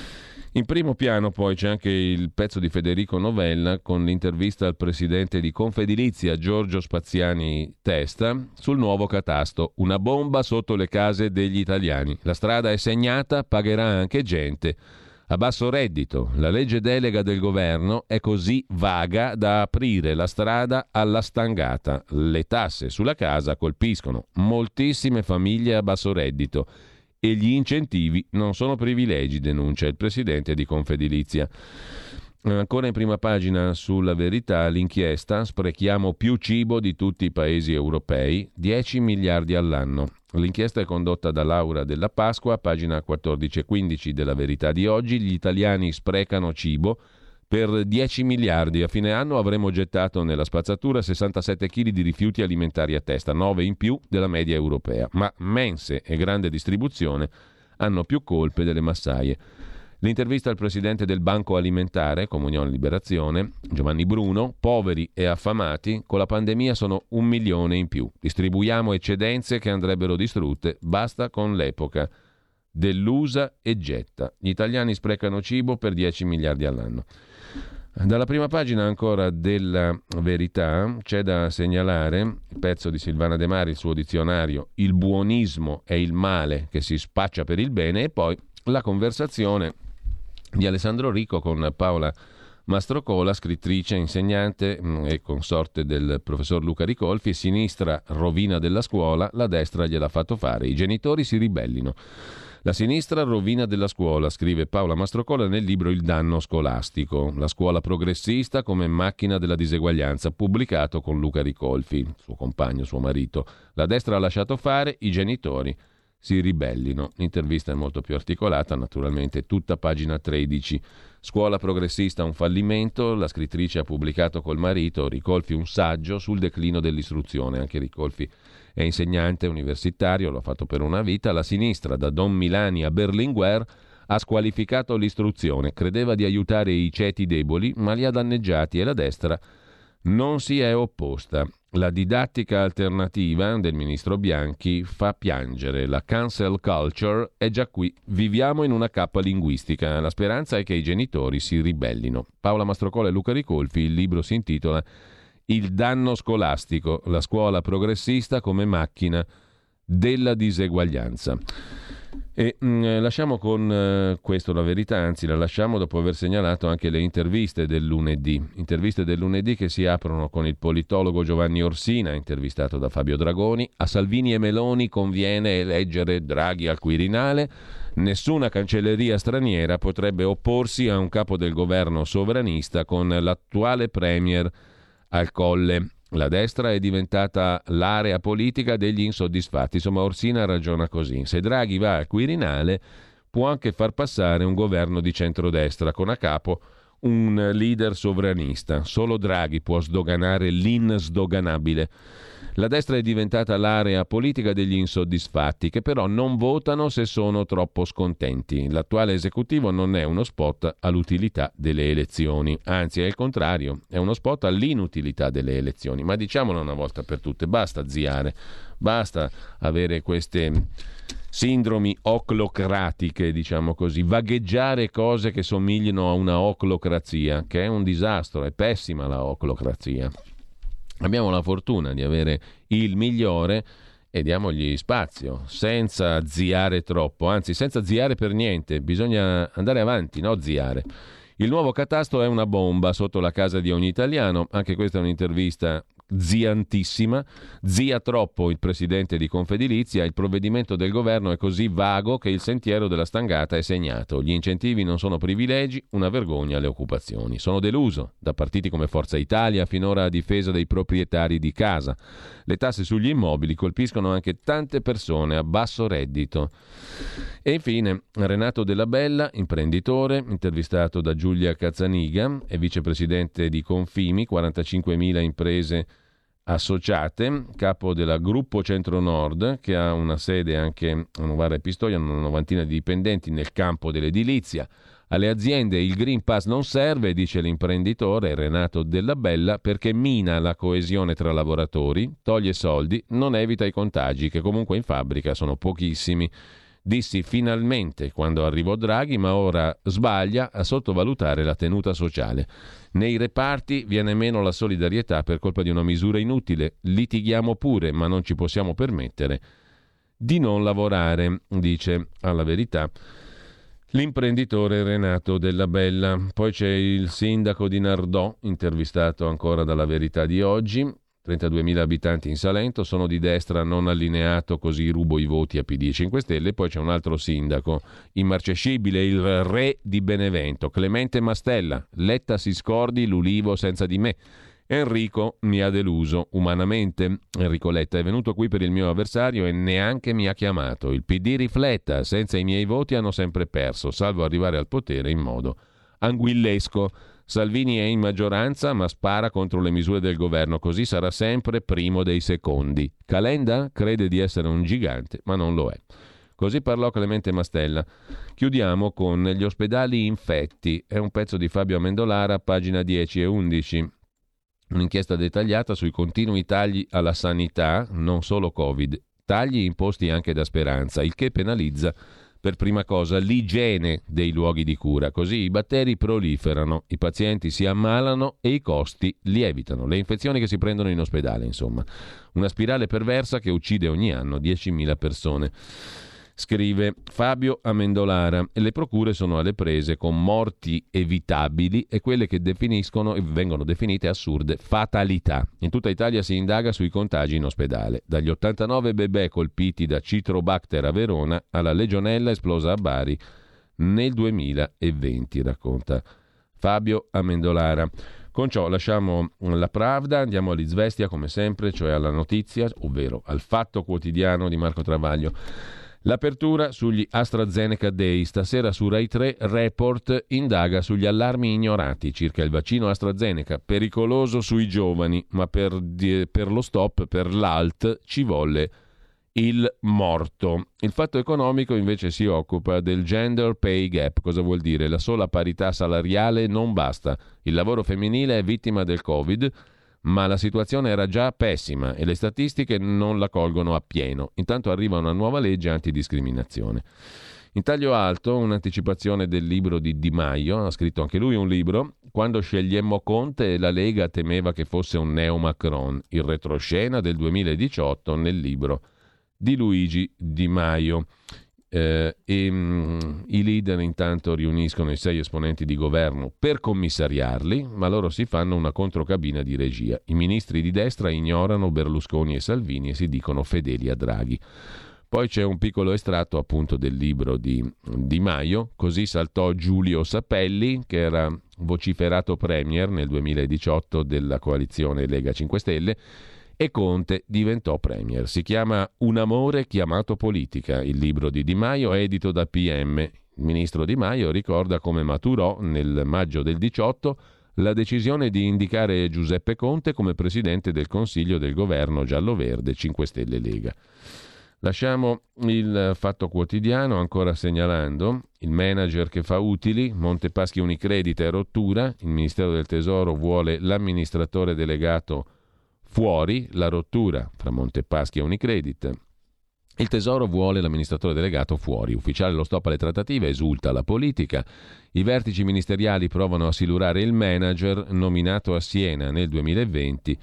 In primo piano poi c'è anche il pezzo di Federico Novella con l'intervista al presidente di Confedilizia Giorgio Spaziani Testa sul nuovo catasto, una bomba sotto le case degli italiani. La strada è segnata, pagherà anche gente a basso reddito. La legge delega del governo è così vaga da aprire la strada alla stangata. Le tasse sulla casa colpiscono moltissime famiglie a basso reddito. e gli incentivi non sono privilegi, denuncia il presidente di Confedilizia. Ancora in prima pagina sulla Verità l'inchiesta: sprechiamo più cibo di tutti i paesi europei, dieci miliardi all'anno. L'inchiesta è condotta da Laura Della Pasqua, pagina quattordici e quindici della Verità di oggi. Gli italiani sprecano cibo per dieci miliardi. A fine anno avremo gettato nella spazzatura sessantasette chili di rifiuti alimentari a testa, nove in più della media europea. Ma mense e grande distribuzione hanno più colpe delle massaie. L'intervista al presidente del Banco Alimentare, Comunione Liberazione, Giovanni Bruno: poveri e affamati, con la pandemia sono un milione in più. Distribuiamo eccedenze che andrebbero distrutte, basta con l'epoca dell'usa e getta. Gli italiani sprecano cibo per dieci miliardi all'anno. Dalla prima pagina ancora della Verità c'è da segnalare il pezzo di Silvana De Mari, il suo dizionario, il buonismo è il male che si spaccia per il bene, e poi la conversazione di Alessandro Rico con Paola Mastrocola, scrittrice, insegnante e consorte del professor Luca Ricolfi. Sinistra rovina della scuola, la destra gliel'ha fatto fare, i genitori si ribellino. La sinistra rovina della scuola, scrive Paola Mastrocola nel libro Il danno scolastico, la scuola progressista come macchina della diseguaglianza, pubblicato con Luca Ricolfi, suo compagno, suo marito. La destra ha lasciato fare, i genitori si ribellino. L'intervista è molto più articolata, naturalmente tutta pagina tredici. Scuola progressista un fallimento, la scrittrice ha pubblicato col marito Ricolfi un saggio sul declino dell'istruzione. Anche Ricolfi è insegnante universitario, l'ha fatto per una vita. La sinistra, da Don Milani a Berlinguer, ha squalificato l'istruzione, credeva di aiutare i ceti deboli, ma li ha danneggiati, e la destra non si è opposta. La didattica alternativa del ministro Bianchi fa piangere. La cancel culture è già qui. Viviamo in una cappa linguistica. La speranza è che i genitori si ribellino. Paola Mastrocola e Luca Ricolfi. Il libro si intitola Il danno scolastico, la scuola progressista come macchina della diseguaglianza. E mh, lasciamo con uh, questo la Verità, anzi la lasciamo dopo aver segnalato anche le interviste del lunedì. Interviste del lunedì che si aprono con il politologo Giovanni Orsina, intervistato da Fabio Dragoni. A Salvini e Meloni conviene eleggere Draghi al Quirinale. Nessuna cancelleria straniera potrebbe opporsi a un capo del governo sovranista con l'attuale premier al Colle. La destra è diventata l'area politica degli insoddisfatti. Insomma, Orsina ragiona così. Se Draghi va al Quirinale, può anche far passare un governo di centrodestra con a capo un leader sovranista. Solo Draghi può sdoganare l'insdoganabile. La destra è diventata l'area politica degli insoddisfatti, che però non votano se sono troppo scontenti. L'attuale esecutivo non è uno spot all'utilità delle elezioni, anzi è il contrario, è uno spot all'inutilità delle elezioni. Ma diciamolo una volta per tutte, basta ziare, basta avere queste sindromi oclocratiche, diciamo così, vagheggiare cose che somiglino a una oclocrazia, che è un disastro, è pessima la oclocrazia. Abbiamo la fortuna di avere il migliore e diamogli spazio, senza ziare troppo, anzi senza ziare per niente, bisogna andare avanti, no ziare. Il nuovo catasto è una bomba sotto la casa di ogni italiano, anche questa è un'intervista ziantissima. Zia troppo il presidente di Confedilizia, il provvedimento del governo è così vago che il sentiero della stangata è segnato. Gli incentivi non sono privilegi, una vergogna le occupazioni. Sono deluso da partiti come Forza Italia, finora a difesa dei proprietari di casa. Le tasse sugli immobili colpiscono anche tante persone a basso reddito. E infine Renato Della Bella, imprenditore, intervistato da Giulia Cazzaniga, è vicepresidente di Confimi, quarantacinquemila imprese associate, capo della Gruppo Centro Nord, che ha una sede anche a Novara e Pistoia, una novantina di dipendenti nel campo dell'edilizia. Alle aziende il Green Pass non serve, dice l'imprenditore Renato Della Bella, perché mina la coesione tra lavoratori, toglie soldi, non evita i contagi, che comunque in fabbrica sono pochissimi. Dissi finalmente quando arrivò Draghi, ma ora sbaglia a sottovalutare la tenuta sociale. Nei reparti viene meno la solidarietà per colpa di una misura inutile. Litighiamo pure, ma non ci possiamo permettere di non lavorare, dice alla Verità l'imprenditore Renato Della Bella. Poi c'è il sindaco di Nardò, intervistato ancora dalla Verità di oggi. trentaduemila abitanti in Salento, sono di destra, non allineato, così rubo i voti a P D e cinque Stelle. Poi c'è un altro sindaco, immarcescibile, il re di Benevento, Clemente Mastella, Letta si scordi, l'ulivo senza di me. Enrico mi ha deluso umanamente. Enrico Letta è venuto qui per il mio avversario e neanche mi ha chiamato. Il P D rifletta, senza i miei voti hanno sempre perso, salvo arrivare al potere in modo anguillesco. Salvini è in maggioranza ma spara contro le misure del governo, così sarà sempre primo dei secondi. Calenda crede di essere un gigante ma non lo è. Così parlò Clemente Mastella. Chiudiamo con gli ospedali infetti. È un pezzo di Fabio Amendolara, pagina dieci e undici. Un'inchiesta dettagliata sui continui tagli alla sanità, non solo Covid, tagli imposti anche da Speranza, il che penalizza per prima cosa l'igiene dei luoghi di cura, così i batteri proliferano, i pazienti si ammalano e i costi lievitano, le infezioni che si prendono in ospedale, insomma. Una spirale perversa che uccide ogni anno diecimila persone. Scrive Fabio Amendolara, e le procure sono alle prese con morti evitabili e quelle che definiscono e vengono definite assurde fatalità. In tutta Italia si indaga sui contagi in ospedale, dagli ottantanove bebè colpiti da Citrobacter a Verona alla legionella esplosa a Bari nel duemilaventi, racconta Fabio Amendolara. Con ciò lasciamo la Pravda, andiamo all'Izvestia come sempre, cioè alla notizia, ovvero al Fatto Quotidiano di Marco Travaglio. L'apertura sugli AstraZeneca Day. Stasera su Rai tre, Report indaga sugli allarmi ignorati circa il vaccino AstraZeneca, pericoloso sui giovani, ma per, per lo stop, per l'A L T, ci volle il morto. Il Fatto Economico invece si occupa del gender pay gap. Cosa vuol dire? La sola parità salariale non basta. Il lavoro femminile è vittima del Covid, ma la situazione era già pessima e le statistiche non la colgono appieno. Intanto arriva una nuova legge antidiscriminazione. In taglio alto, un'anticipazione del libro di Di Maio, ha scritto anche lui un libro. Quando scegliemmo Conte, la Lega temeva che fosse un neo-Macron, il retroscena del duemiladiciotto nel libro di Luigi Di Maio. Eh, e, mh, i leader intanto riuniscono i sei esponenti di governo per commissariarli, ma loro si fanno una controcabina di regia. I ministri di destra ignorano Berlusconi e Salvini e si dicono fedeli a Draghi. Poi c'è un piccolo estratto appunto del libro di Di Maio. Così saltò Giulio Sapelli, che era vociferato premier nel duemiladiciotto della coalizione Lega cinque Stelle, e Conte diventò premier. Si chiama Un amore chiamato politica, il libro di Di Maio, edito da P M. Il ministro Di Maio ricorda come maturò nel maggio del diciotto la decisione di indicare Giuseppe Conte come presidente del Consiglio del governo giallo-verde cinque Stelle Lega. Lasciamo il Fatto Quotidiano ancora segnalando il manager che fa utili, Montepaschi Unicredit è rottura, il Ministero del Tesoro vuole l'amministratore delegato fuori, la rottura fra Montepaschi e Unicredit. Il Tesoro vuole l'amministratore delegato fuori. Ufficiale lo stop alle trattative, esulta la politica. I vertici ministeriali provano a silurare il manager nominato a Siena nel duemilaventi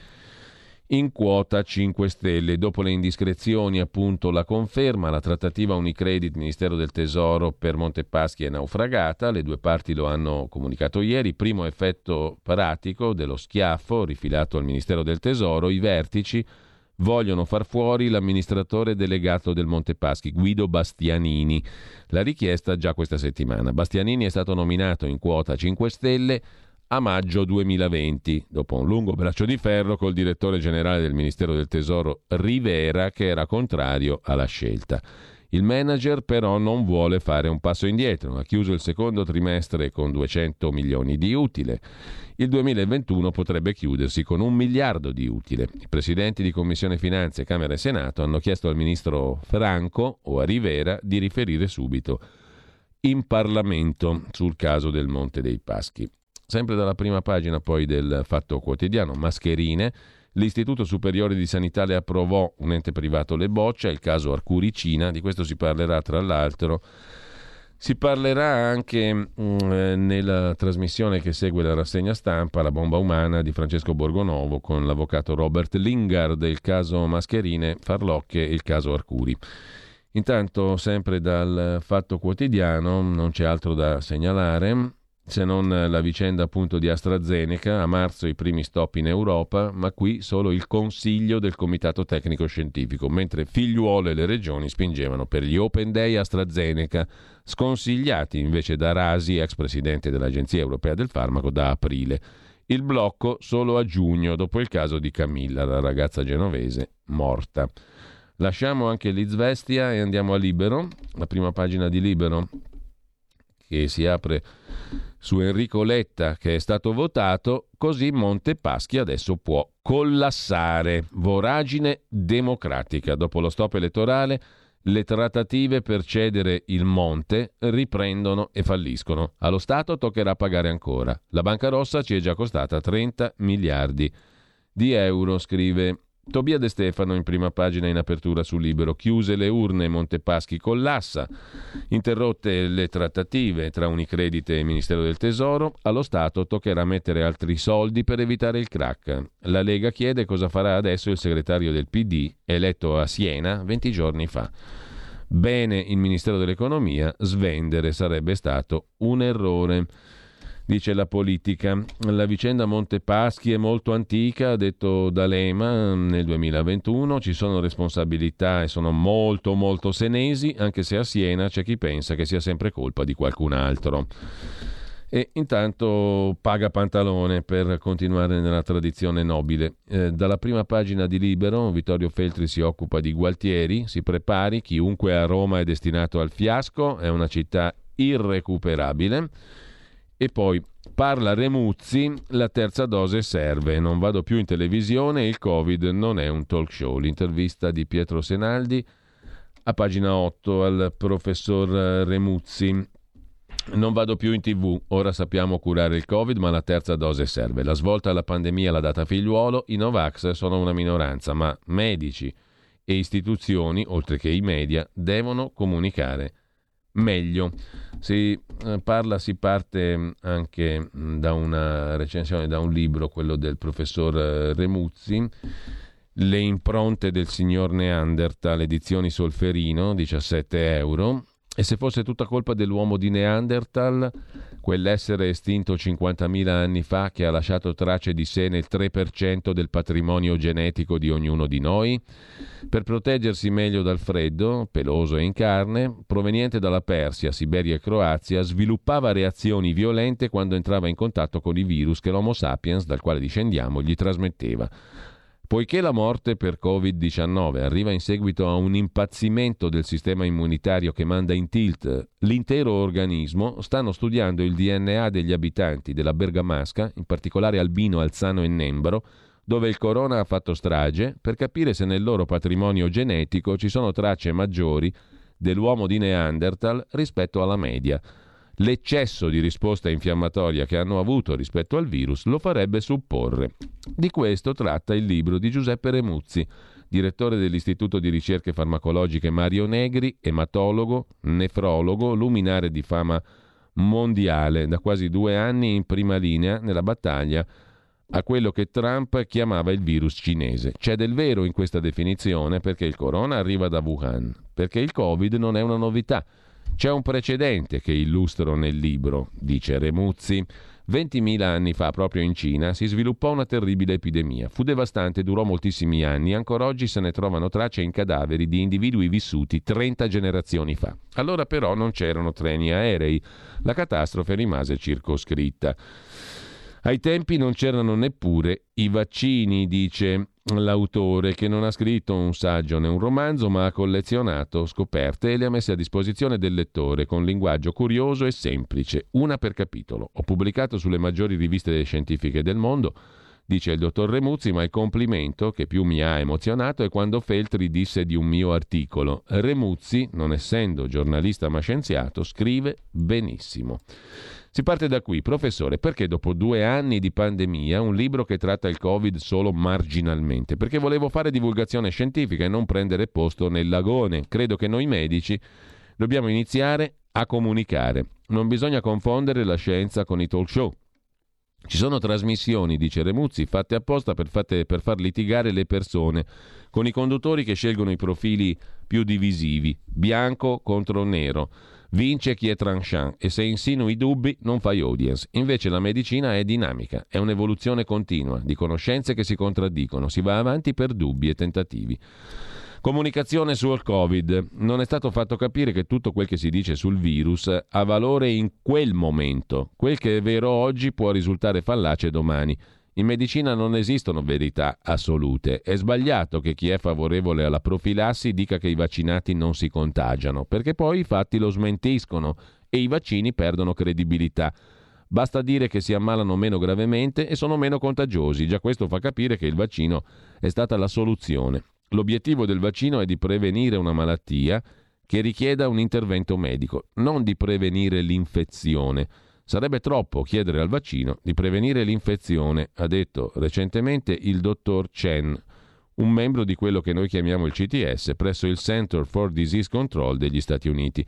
in quota cinque Stelle. Dopo le indiscrezioni, appunto, la conferma. La trattativa Unicredit Ministero del Tesoro per Montepaschi è naufragata. Le due parti lo hanno comunicato ieri. Primo effetto pratico dello schiaffo rifilato al Ministero del Tesoro. I vertici vogliono far fuori l'amministratore delegato del Montepaschi, Guido Bastianini. La richiesta già questa settimana. Bastianini è stato nominato in quota cinque Stelle a maggio duemilaventi, dopo un lungo braccio di ferro col direttore generale del Ministero del Tesoro Rivera, che era contrario alla scelta. Il manager però non vuole fare un passo indietro, ha chiuso il secondo trimestre con duecento milioni di utile. Il duemilaventuno potrebbe chiudersi con un miliardo di utile. I presidenti di Commissione Finanze, Camera e Senato hanno chiesto al ministro Franco o a Rivera di riferire subito in Parlamento sul caso del Monte dei Paschi. Sempre dalla prima pagina poi del Fatto Quotidiano, mascherine. L'Istituto Superiore di Sanità le approvò, un ente privato le boccia, il caso Arcuricina, di questo si parlerà tra l'altro. Si parlerà anche mh, nella trasmissione che segue la rassegna stampa, La bomba umana di Francesco Borgonovo con l'avvocato Robert Lingard, il caso mascherine, farlocche e il caso Arcuri. Intanto, sempre dal Fatto Quotidiano, non c'è altro da segnalare. se non la vicenda appunto di AstraZeneca. A marzo i primi stop in Europa, ma qui solo il consiglio del Comitato Tecnico Scientifico, mentre Figliuolo e le regioni spingevano per gli Open Day AstraZeneca, sconsigliati invece da Rasi, ex presidente dell'Agenzia Europea del Farmaco, da aprile. Il blocco solo a giugno, dopo il caso di Camilla, la ragazza genovese morta. Lasciamo anche l'Izvestia e andiamo a Libero, la prima pagina di Libero, che si apre su Enrico Letta, che è stato votato, così Montepaschi adesso può collassare. Voragine democratica. Dopo lo stop elettorale, le trattative per cedere il Monte riprendono e falliscono. Allo Stato toccherà pagare ancora. La Banca Rossa ci è già costata trenta miliardi di euro, scrive Tobia De Stefano in prima pagina in apertura su Libero. Chiuse le urne, Montepaschi collassa. Interrotte le trattative tra Unicredit e Ministero del Tesoro. Allo Stato toccherà mettere altri soldi per evitare il crack. La Lega chiede cosa farà adesso il segretario del P D, eletto a Siena venti giorni fa. Bene il Ministero dell'Economia, svendere sarebbe stato un errore. Dice la politica. La vicenda Montepaschi è molto antica, ha detto D'Alema nel duemilaventuno, ci sono responsabilità e sono molto molto senesi, anche se a Siena c'è chi pensa che sia sempre colpa di qualcun altro. E intanto paga pantalone per continuare nella tradizione nobile. Eh, dalla prima pagina di Libero, Vittorio Feltri si occupa di Gualtieri, si prepari, chiunque a Roma è destinato al fiasco, è una città irrecuperabile. E poi parla Remuzzi, la terza dose serve, non vado più in televisione, il Covid non è un talk show. L'intervista di Pietro Senaldi a pagina otto al professor Remuzzi. Non vado più in tv, ora sappiamo curare il Covid, ma la terza dose serve. La svolta alla pandemia l'ha data Figliuolo, i Novax sono una minoranza, ma medici e istituzioni, oltre che i media, devono comunicare meglio. Si eh, parla, si parte anche mh, da una recensione, da un libro, quello del professor eh, Remuzzi, Le impronte del signor Neanderthal, edizioni Solferino, diciassette euro. E se fosse tutta colpa dell'uomo di Neanderthal, quell'essere estinto cinquantamila anni fa che ha lasciato tracce di sé nel tre per cento del patrimonio genetico di ognuno di noi? Per proteggersi meglio dal freddo, peloso e in carne, proveniente dalla Persia, Siberia e Croazia, sviluppava reazioni violente quando entrava in contatto con i virus che l'Homo sapiens, dal quale discendiamo, gli trasmetteva. Poiché la morte per covid diciannove arriva in seguito a un impazzimento del sistema immunitario che manda in tilt l'intero organismo, stanno studiando il D N A degli abitanti della Bergamasca, in particolare Albino, Alzano e Nembro, dove il corona ha fatto strage, per capire se nel loro patrimonio genetico ci sono tracce maggiori dell'uomo di Neanderthal rispetto alla media. L'eccesso di risposta infiammatoria che hanno avuto rispetto al virus lo farebbe supporre. Di questo tratta il libro di Giuseppe Remuzzi, direttore dell'Istituto di Ricerche Farmacologiche Mario Negri, ematologo, nefrologo, luminare di fama mondiale, da quasi due anni in prima linea nella battaglia a quello che Trump chiamava il virus cinese. C'è del vero in questa definizione, perché il corona arriva da Wuhan, perché il Covid non è una novità. C'è un precedente che illustro nel libro, dice Remuzzi. ventimila anni fa, proprio in Cina, si sviluppò una terribile epidemia. Fu devastante, durò moltissimi anni, ancora oggi se ne trovano tracce in cadaveri di individui vissuti trenta generazioni fa. Allora però non c'erano treni aerei, la catastrofe rimase circoscritta. Ai tempi non c'erano neppure i vaccini, dice l'autore, che non ha scritto un saggio né un romanzo, ma ha collezionato scoperte e le ha messe a disposizione del lettore con linguaggio curioso e semplice, una per capitolo. Ho pubblicato sulle maggiori riviste scientifiche del mondo, dice il dottor Remuzzi, ma il complimento che più mi ha emozionato è quando Feltri disse di un mio articolo: Remuzzi, non essendo giornalista ma scienziato, scrive benissimo. Si parte da qui. Professore, perché dopo due anni di pandemia un libro che tratta il Covid solo marginalmente? Perché volevo fare divulgazione scientifica e non prendere posto nel lagone. Credo che noi medici dobbiamo iniziare a comunicare. Non bisogna confondere la scienza con i talk show. Ci sono trasmissioni, dice Remuzzi, fatte apposta per, fate, per far litigare le persone, con i conduttori che scelgono i profili più divisivi, bianco contro nero, Vince chi è tranchant e se insinui dubbi non fai audience. Invece la medicina è dinamica, è un'evoluzione continua di conoscenze che si contraddicono, si va avanti per dubbi e tentativi. Comunicazione sul Covid. Non è stato fatto capire che tutto quel che si dice sul virus ha valore in quel momento. Quel che è vero oggi può risultare fallace domani. In medicina non esistono verità assolute. È sbagliato che chi è favorevole alla profilassi dica che i vaccinati non si contagiano, perché poi i fatti lo smentiscono e i vaccini perdono credibilità. Basta dire che si ammalano meno gravemente e sono meno contagiosi. Già questo fa capire che il vaccino è stata la soluzione. L'obiettivo del vaccino è di prevenire una malattia che richieda un intervento medico, non di prevenire l'infezione. Sarebbe troppo chiedere al vaccino di prevenire l'infezione, ha detto recentemente il dottor Chen, un membro di quello che noi chiamiamo il C T S presso il Center for Disease Control degli Stati Uniti.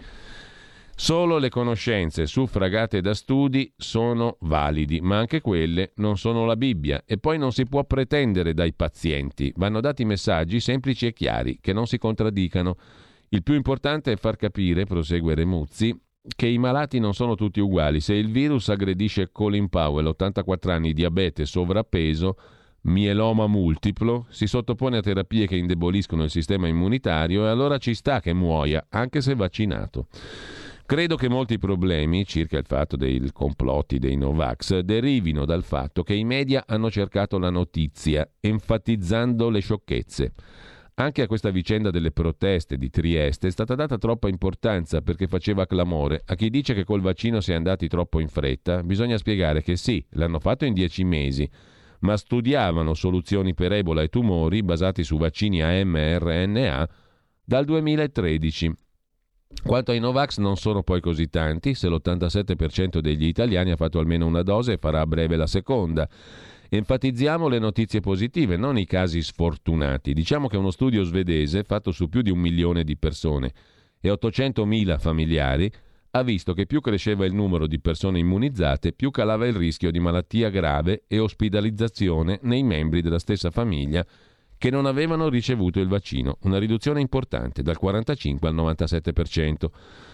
Solo le conoscenze suffragate da studi sono validi, ma anche quelle non sono la Bibbia e poi non si può pretendere dai pazienti. Vanno dati messaggi semplici e chiari che non si contraddicano. Il più importante è far capire, prosegue Remuzzi, che i malati non sono tutti uguali. Se il virus aggredisce Colin Powell, ottantaquattro anni, diabete, sovrappeso, mieloma multiplo, si sottopone a terapie che indeboliscono il sistema immunitario e allora ci sta che muoia, anche se vaccinato. Credo che molti problemi circa il fatto dei complotti dei Novax derivino dal fatto che i media hanno cercato la notizia, enfatizzando le sciocchezze. Anche a questa vicenda delle proteste di Trieste è stata data troppa importanza perché faceva clamore. A chi dice che col vaccino si è andati troppo in fretta, bisogna spiegare che sì, l'hanno fatto in dieci mesi, ma studiavano soluzioni per Ebola e tumori basati su vaccini a mRNA dal duemilatredici. Quanto ai Novax non sono poi così tanti, se l'ottantasette per cento degli italiani ha fatto almeno una dose e farà a breve la seconda. Enfatizziamo le notizie positive, non i casi sfortunati. Diciamo che uno studio svedese fatto su più di un milione di persone e ottocentomila familiari ha visto che più cresceva il numero di persone immunizzate, più calava il rischio di malattia grave e ospedalizzazione nei membri della stessa famiglia che non avevano ricevuto il vaccino, una riduzione importante dal quarantacinque al novantasette per cento.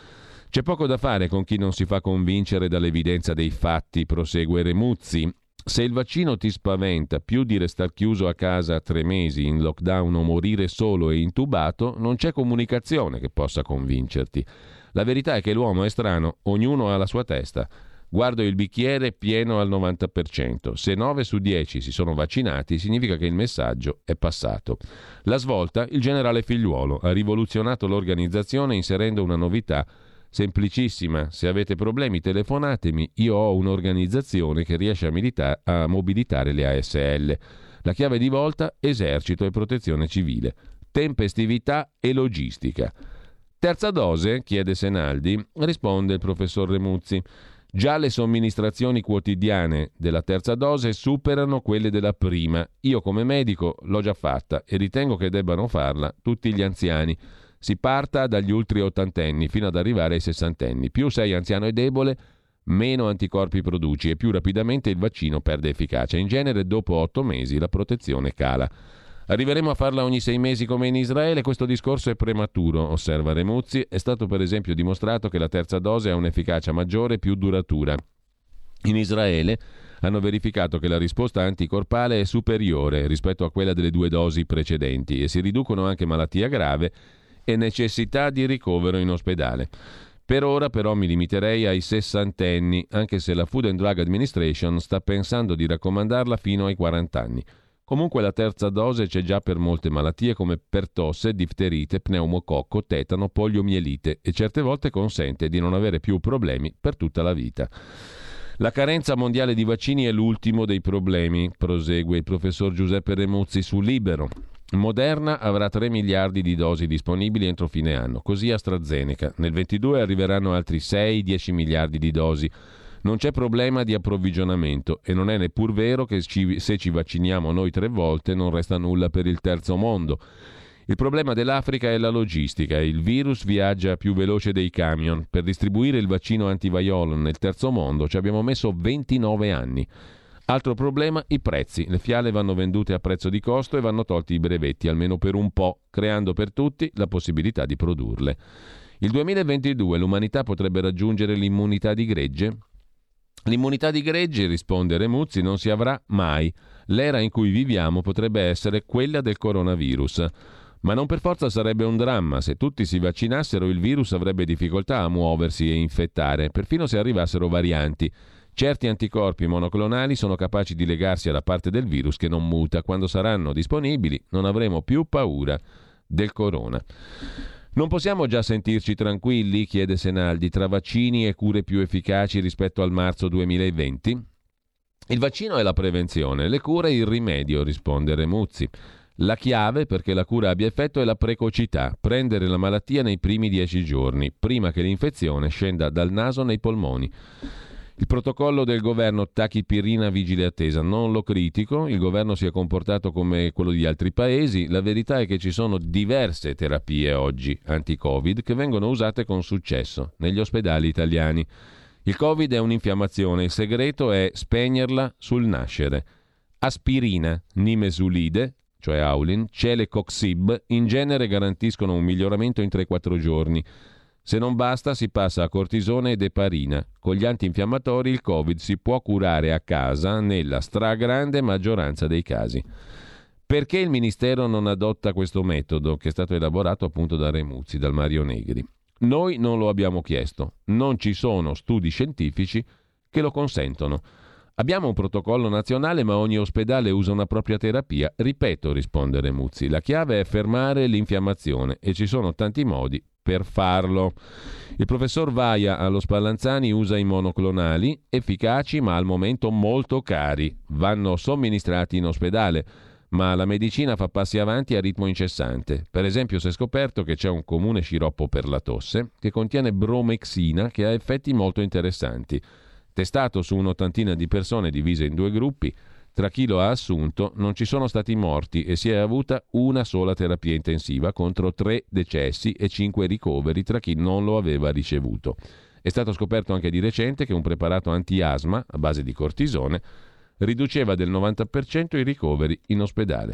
C'è poco da fare con chi non si fa convincere dall'evidenza dei fatti, prosegue Remuzzi. Se il vaccino ti spaventa più di restare chiuso a casa tre mesi in lockdown o morire solo e intubato, non c'è comunicazione che possa convincerti. La verità è che l'uomo è strano, ognuno ha la sua testa. Guardo il bicchiere pieno al novanta per cento. Se nove su dieci si sono vaccinati, significa che il messaggio è passato. La svolta, il generale Figliuolo ha rivoluzionato l'organizzazione inserendo una novità semplicissima. Se avete problemi telefonatemi, io ho un'organizzazione che riesce a, milita- a mobilitare le A S L. La chiave di volta: esercito e protezione civile, tempestività e logistica. Terza dose? Chiede Senaldi. Risponde il professor Remuzzi. Già le somministrazioni quotidiane della terza dose superano quelle della prima. Io come medico l'ho già fatta e ritengo che debbano farla tutti gli anziani. Si parta dagli ultri ottantenni fino ad arrivare ai sessantenni. Più sei anziano e debole, meno anticorpi produci e più rapidamente il vaccino perde efficacia. In genere dopo otto mesi la protezione cala. Arriveremo a farla ogni sei mesi come in Israele? Questo discorso è prematuro, osserva Remuzzi. È stato per esempio dimostrato che la terza dose ha un'efficacia maggiore e più duratura. In Israele hanno verificato che la risposta anticorpale è superiore rispetto a quella delle due dosi precedenti e si riducono anche malattia grave e necessità di ricovero in ospedale. Per ora però mi limiterei ai sessantenni, anche se la Food and Drug Administration sta pensando di raccomandarla fino ai quaranta anni. Comunque la terza dose c'è già per molte malattie come pertosse, difterite, pneumococco, tetano, poliomielite e certe volte consente di non avere più problemi per tutta la vita. La carenza mondiale di vaccini è l'ultimo dei problemi, prosegue il professor Giuseppe Remuzzi su Libero. Moderna avrà tre miliardi di dosi disponibili entro fine anno, così AstraZeneca. Nel ventidue arriveranno altri sei dieci miliardi di dosi. Non c'è problema di approvvigionamento e non è neppur vero che ci, se ci vacciniamo noi tre volte non resta nulla per il terzo mondo. Il problema dell'Africa è la logistica. Il virus viaggia più veloce dei camion. Per distribuire il vaccino antivaiolo nel terzo mondo ci abbiamo messo ventinove anni. Altro problema, i prezzi. Le fiale vanno vendute a prezzo di costo e vanno tolti i brevetti, almeno per un po', creando per tutti la possibilità di produrle. Il duemilaventidue l'umanità potrebbe raggiungere l'immunità di gregge? L'immunità di gregge, risponde Remuzzi, non si avrà mai. L'era in cui viviamo potrebbe essere quella del coronavirus. Ma non per forza sarebbe un dramma. Se tutti si vaccinassero, il virus avrebbe difficoltà a muoversi e infettare, perfino se arrivassero varianti. Certi anticorpi monoclonali sono capaci di legarsi alla parte del virus che non muta. Quando saranno disponibili non avremo più paura del corona. Non possiamo già sentirci tranquilli, chiede Senaldi, tra vaccini e cure più efficaci rispetto al marzo duemilaventi? Il vaccino è la prevenzione, le cure il rimedio, risponde Remuzzi. La chiave perché la cura abbia effetto è la precocità, prendere la malattia nei primi dieci giorni, prima che l'infezione scenda dal naso nei polmoni. Il protocollo del governo tachipirina vigile attesa, non lo critico, il governo si è comportato come quello di altri paesi, la verità è che ci sono diverse terapie oggi anti-Covid che vengono usate con successo negli ospedali italiani. Il Covid è un'infiammazione, il segreto è spegnerla sul nascere. Aspirina, nimesulide, cioè Aulin, celecoxib, in genere garantiscono un miglioramento in tre quattro giorni. Se non basta si passa a cortisone ed eparina. Con gli antinfiammatori il Covid si può curare a casa nella stragrande maggioranza dei casi. Perché il Ministero non adotta questo metodo che è stato elaborato appunto da Remuzzi, dal Mario Negri? Noi non lo abbiamo chiesto. Non ci sono studi scientifici che lo consentono. Abbiamo un protocollo nazionale, ma ogni ospedale usa una propria terapia. Ripeto, risponde Remuzzi, la chiave è fermare l'infiammazione e ci sono tanti modi per farlo. Il professor Vaia allo Spallanzani usa i monoclonali, efficaci ma al momento molto cari. Vanno somministrati in ospedale, ma la medicina fa passi avanti a ritmo incessante. Per esempio si è scoperto che c'è un comune sciroppo per la tosse che contiene bromexina che ha effetti molto interessanti. Testato su un'ottantina di persone divise in due gruppi, tra chi lo ha assunto non ci sono stati morti e si è avuta una sola terapia intensiva contro tre decessi e cinque ricoveri tra chi non lo aveva ricevuto. È stato scoperto anche di recente che un preparato anti-asma a base di cortisone riduceva del novanta per cento i ricoveri in ospedale.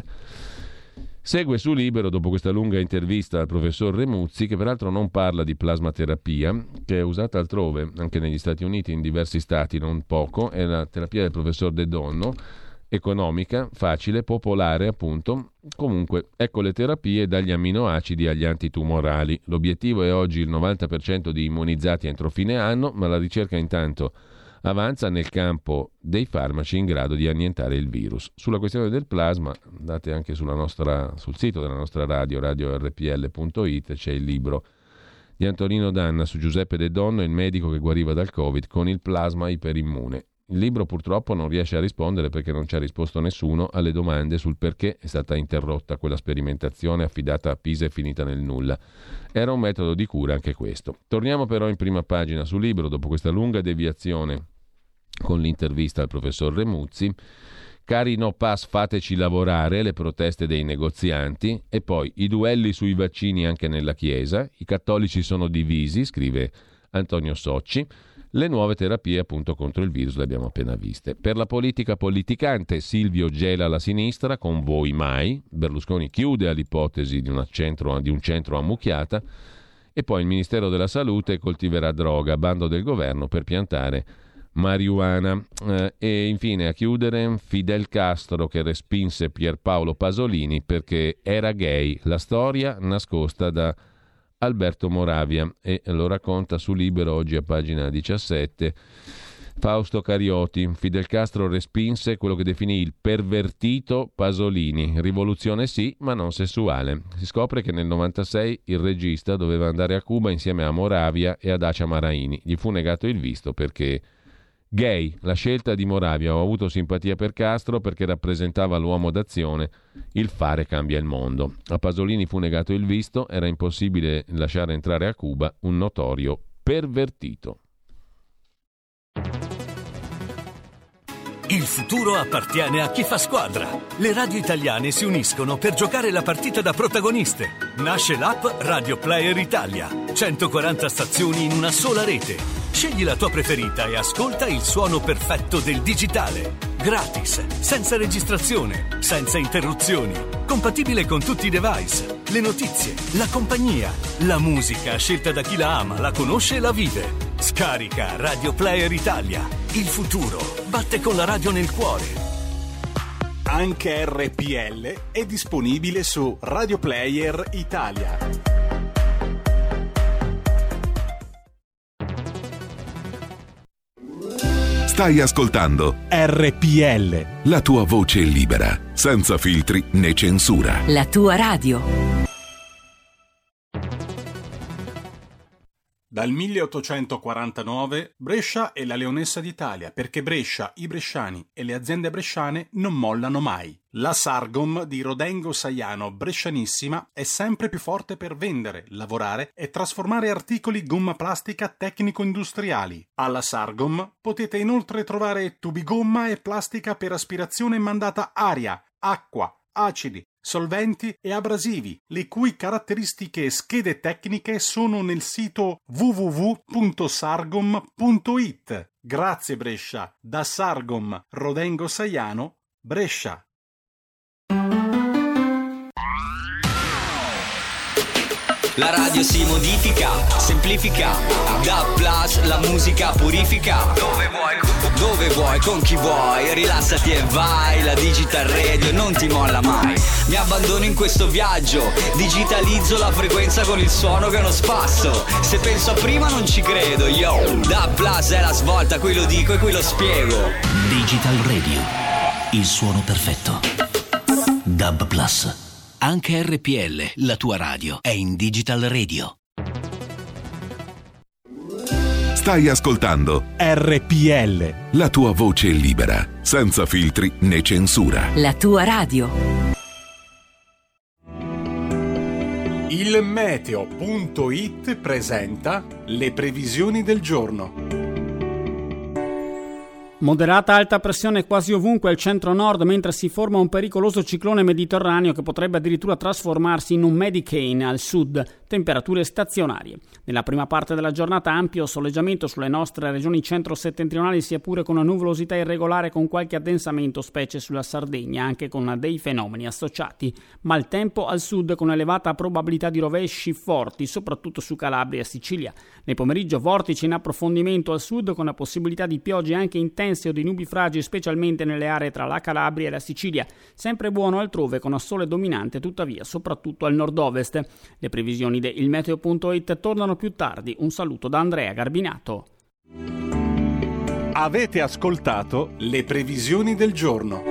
Segue su Libero, dopo questa lunga intervista al professor Remuzzi, che peraltro non parla di plasmaterapia, che è usata altrove, anche negli Stati Uniti, in diversi stati, non poco, è la terapia del professor De Donno, economica, facile, popolare appunto. Comunque, ecco le terapie dagli amminoacidi agli antitumorali. L'obiettivo è oggi il novanta per cento di immunizzati entro fine anno, ma la ricerca intanto avanza nel campo dei farmaci in grado di annientare il virus. Sulla questione del plasma, andate anche sulla nostra, sul sito della nostra radio, radio R P L punto it, c'è il libro di Antonino Danna su Giuseppe De Donno, il medico che guariva dal Covid con il plasma iperimmune. Il libro purtroppo non riesce a rispondere perché non ci ha risposto nessuno alle domande sul perché è stata interrotta quella sperimentazione affidata a Pisa e finita nel nulla. Era un metodo di cura anche questo. Torniamo però in prima pagina sul libro dopo questa lunga deviazione con l'intervista al professor Remuzzi. Cari no pass, fateci lavorare, le proteste dei negozianti e poi i duelli sui vaccini anche nella Chiesa, i cattolici sono divisi, scrive Antonio Socci, le nuove terapie appunto contro il virus le abbiamo appena viste. Per la politica politicante Silvio gela la sinistra, con voi mai, Berlusconi chiude all'ipotesi di, una centro, di un centro a Mucchiata e poi il Ministero della Salute coltiverà droga, bando del governo per piantare marijuana. Eh, e infine a chiudere Fidel Castro che respinse Pierpaolo Pasolini perché era gay, la storia nascosta da Alberto Moravia, e lo racconta su Libero oggi a pagina diciassette Fausto Carioti. Fidel Castro respinse quello che definì il pervertito Pasolini, rivoluzione sì ma non sessuale. Si scopre che nel novantasei il regista doveva andare a Cuba insieme a Moravia e a Dacia Maraini, gli fu negato il visto perché gay. La scelta di Moravia: ho avuto simpatia per Castro perché rappresentava l'uomo d'azione, il fare cambia il mondo. A Pasolini fu negato il visto, era impossibile lasciare entrare a Cuba un notorio pervertito. Il futuro appartiene a chi fa squadra. Le radio italiane si uniscono per giocare la partita da protagoniste. Nasce l'app Radio Player Italia. centoquaranta stazioni in una sola rete. Scegli la tua preferita e ascolta il suono perfetto del digitale. gratis, senza registrazione, senza interruzioni, compatibile con tutti i device, le notizie, la compagnia, la musica scelta da chi la ama, la conosce e la vive. Scarica Radio Player Italia. Il futuro batte con la radio nel cuore. Anche R P L è disponibile su Radio Player Italia. Stai ascoltando R P L, la tua voce libera, senza filtri né censura. La tua radio. Dal milleottocentoquarantanove Brescia è la leonessa d'Italia, perché Brescia, i bresciani e le aziende bresciane non mollano mai. La Sargom di Rodengo Saiano Brescianissima è sempre più forte per vendere, lavorare e trasformare articoli gomma plastica tecnico-industriali. Alla Sargom potete inoltre trovare tubi gomma e plastica per aspirazione mandata aria, acqua, acidi, solventi e abrasivi, le cui caratteristiche e schede tecniche sono nel sito w w w punto sargom punto i t. Grazie Brescia, da Sargom Rodengo Saiano, Brescia. La radio si modifica, semplifica, da plus la musica purifica. Dove vuoi, dove vuoi, con chi vuoi, rilassati e vai. La Digital Radio non ti molla mai. Mi abbandono in questo viaggio, digitalizzo la frequenza con il suono che è uno spasso. Se penso a prima non ci credo, yo. Da plus è la svolta, qui lo dico e qui lo spiego. Digital Radio, il suono perfetto. Dub Plus. Anche R P L, la tua radio, è in Digital Radio. Stai ascoltando R P L, la tua voce libera, senza filtri né censura. La tua radio. Il meteo punto i t presenta le previsioni del giorno. Moderata alta pressione quasi ovunque al centro-nord, mentre si forma un pericoloso ciclone mediterraneo che potrebbe addirittura trasformarsi in un Medicane al sud, temperature stazionarie. Nella prima parte della giornata ampio soleggiamento sulle nostre regioni centro-settentrionali, sia pure con una nuvolosità irregolare con qualche addensamento, specie sulla Sardegna, anche con dei fenomeni associati. Maltempo al sud con elevata probabilità di rovesci forti, soprattutto su Calabria e Sicilia. Nel pomeriggio vortici in approfondimento al sud con la possibilità di piogge anche intense o di nubifragi, specialmente nelle aree tra la Calabria e la Sicilia. Sempre buono altrove con sole dominante, tuttavia, soprattutto al nord-ovest. Le previsioni di il meteo punto i t tornano più tardi. Un saluto da Andrea Garbinato. Avete ascoltato le previsioni del giorno.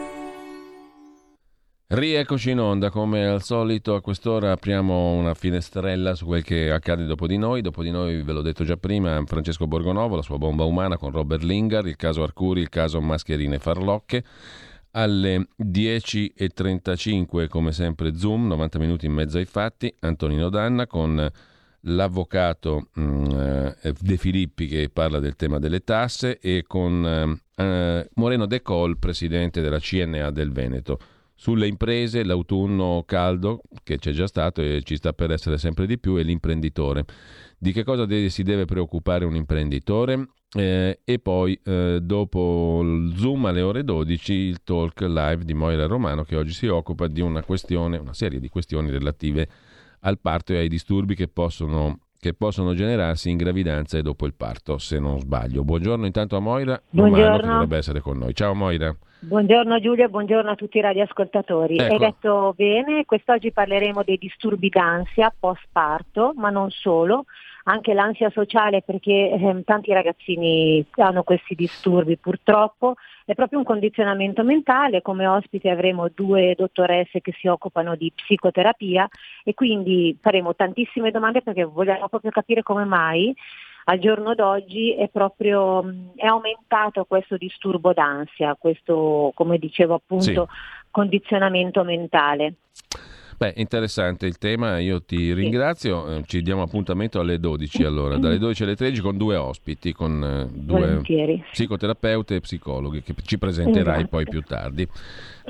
Rieccoci in onda, come al solito a quest'ora apriamo una finestrella su quel che accade dopo di noi. Dopo di noi, ve l'ho detto già prima, Francesco Borgonovo, la sua bomba umana con Robert Lingard, il caso Arcuri, il caso Mascherine Farlocche. Alle dieci e trentacinque, come sempre, Zoom, novanta minuti in mezzo ai fatti, Antonino Danna con l'avvocato mh, De Filippi che parla del tema delle tasse e con uh, Moreno De Col, presidente della C N A del Veneto. Sulle imprese, l'autunno caldo che c'è già stato e ci sta per essere sempre di più, e l'imprenditore. Di che cosa deve, si deve preoccupare un imprenditore? Eh, e poi eh, dopo il Zoom alle ore dodici il talk live di Moira Romano, che oggi si occupa di una questione, una serie di questioni relative al parto e ai disturbi che possono, che possono generarsi in gravidanza e dopo il parto, se non sbaglio. Buongiorno intanto a Moira Romano, che dovrebbe essere con noi. Ciao Moira. Buongiorno Giulia, buongiorno a tutti i radioascoltatori. Ecco. Hai detto bene, quest'oggi parleremo dei disturbi d'ansia post-parto, ma non solo, anche l'ansia sociale, perché eh, tanti ragazzini hanno questi disturbi purtroppo. È proprio un condizionamento mentale. Come ospite avremo due dottoresse che si occupano di psicoterapia e quindi faremo tantissime domande, perché vogliamo proprio capire come mai al giorno d'oggi è proprio è aumentato questo disturbo d'ansia, questo, come dicevo appunto, sì, condizionamento mentale. Beh, interessante il tema, io ti ringrazio, eh, ci diamo appuntamento alle dodici allora, dalle dodici alle tredici con due ospiti, con eh, due Volentieri. psicoterapeute e psicologhi che ci presenterai esatto. poi più tardi.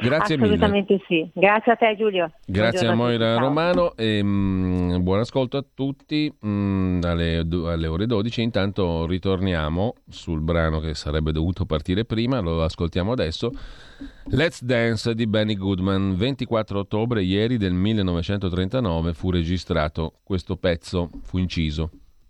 Grazie Assolutamente mille. sì. Grazie a te Giulio. Grazie Buongiorno a Moira a tutti, Romano e mh, buon ascolto a tutti mh, alle, alle ore dodici. Intanto ritorniamo sul brano che sarebbe dovuto partire prima, lo ascoltiamo adesso. Let's Dance di Benny Goodman. Ventiquattro ottobre ieri del millenovecentotrentanove fu registrato questo pezzo, fu inciso.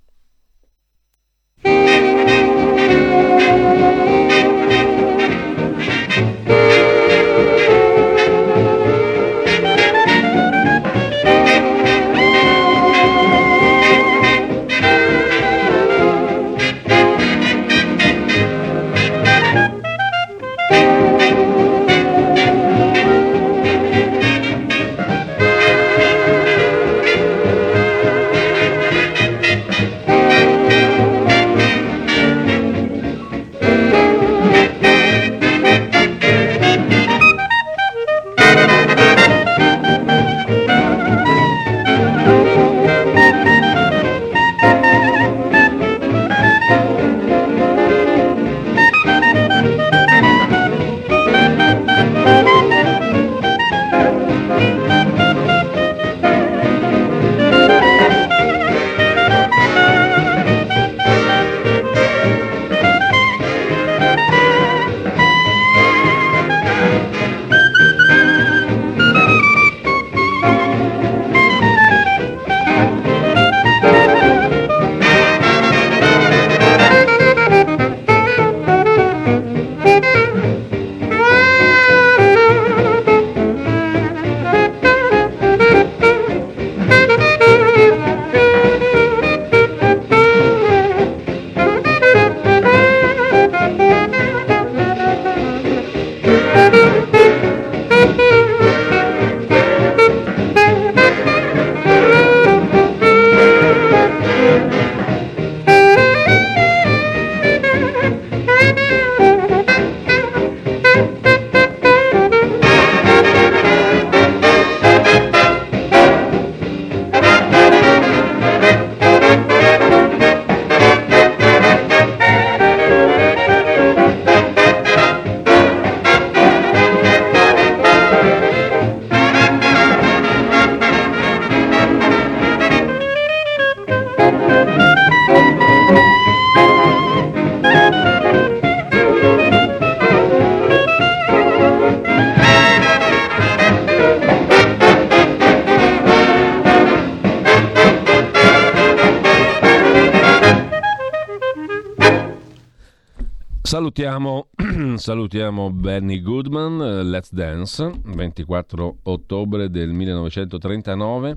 Salutiamo, salutiamo Benny Goodman, Let's Dance, ventiquattro ottobre del millenovecentotrentanove,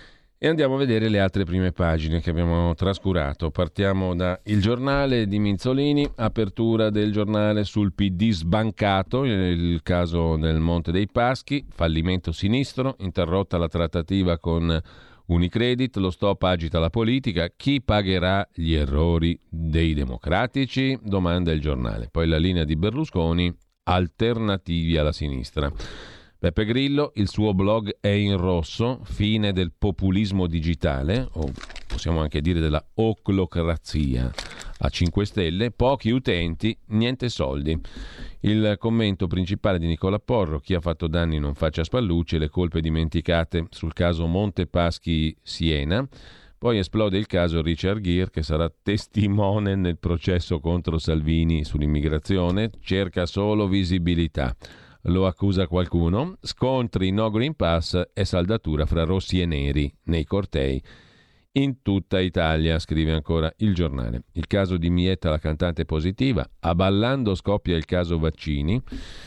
e andiamo a vedere le altre prime pagine che abbiamo trascurato. Partiamo da Il Giornale di Minzolini, apertura del giornale sul P D sbancato, il caso del Monte dei Paschi, fallimento sinistro, interrotta la trattativa con Unicredit, lo stop agita la politica, chi pagherà gli errori dei democratici? Domanda il giornale. Poi la linea di Berlusconi, alternativi alla sinistra. Beppe Grillo, il suo blog è in rosso, fine del populismo digitale, o possiamo anche dire della oclocrazia a cinque Stelle, pochi utenti, niente soldi. Il commento principale di Nicola Porro, chi ha fatto danni non faccia spallucce, le colpe dimenticate sul caso Monte Paschi Siena. Poi esplode il caso Richard Gere, che sarà testimone nel processo contro Salvini sull'immigrazione, cerca solo visibilità. Lo accusa qualcuno, scontri no Green Pass e saldatura fra rossi e neri nei cortei in tutta Italia, scrive ancora il giornale. Il caso di Mietta, la cantante positiva, a ballando scoppia il caso vaccini,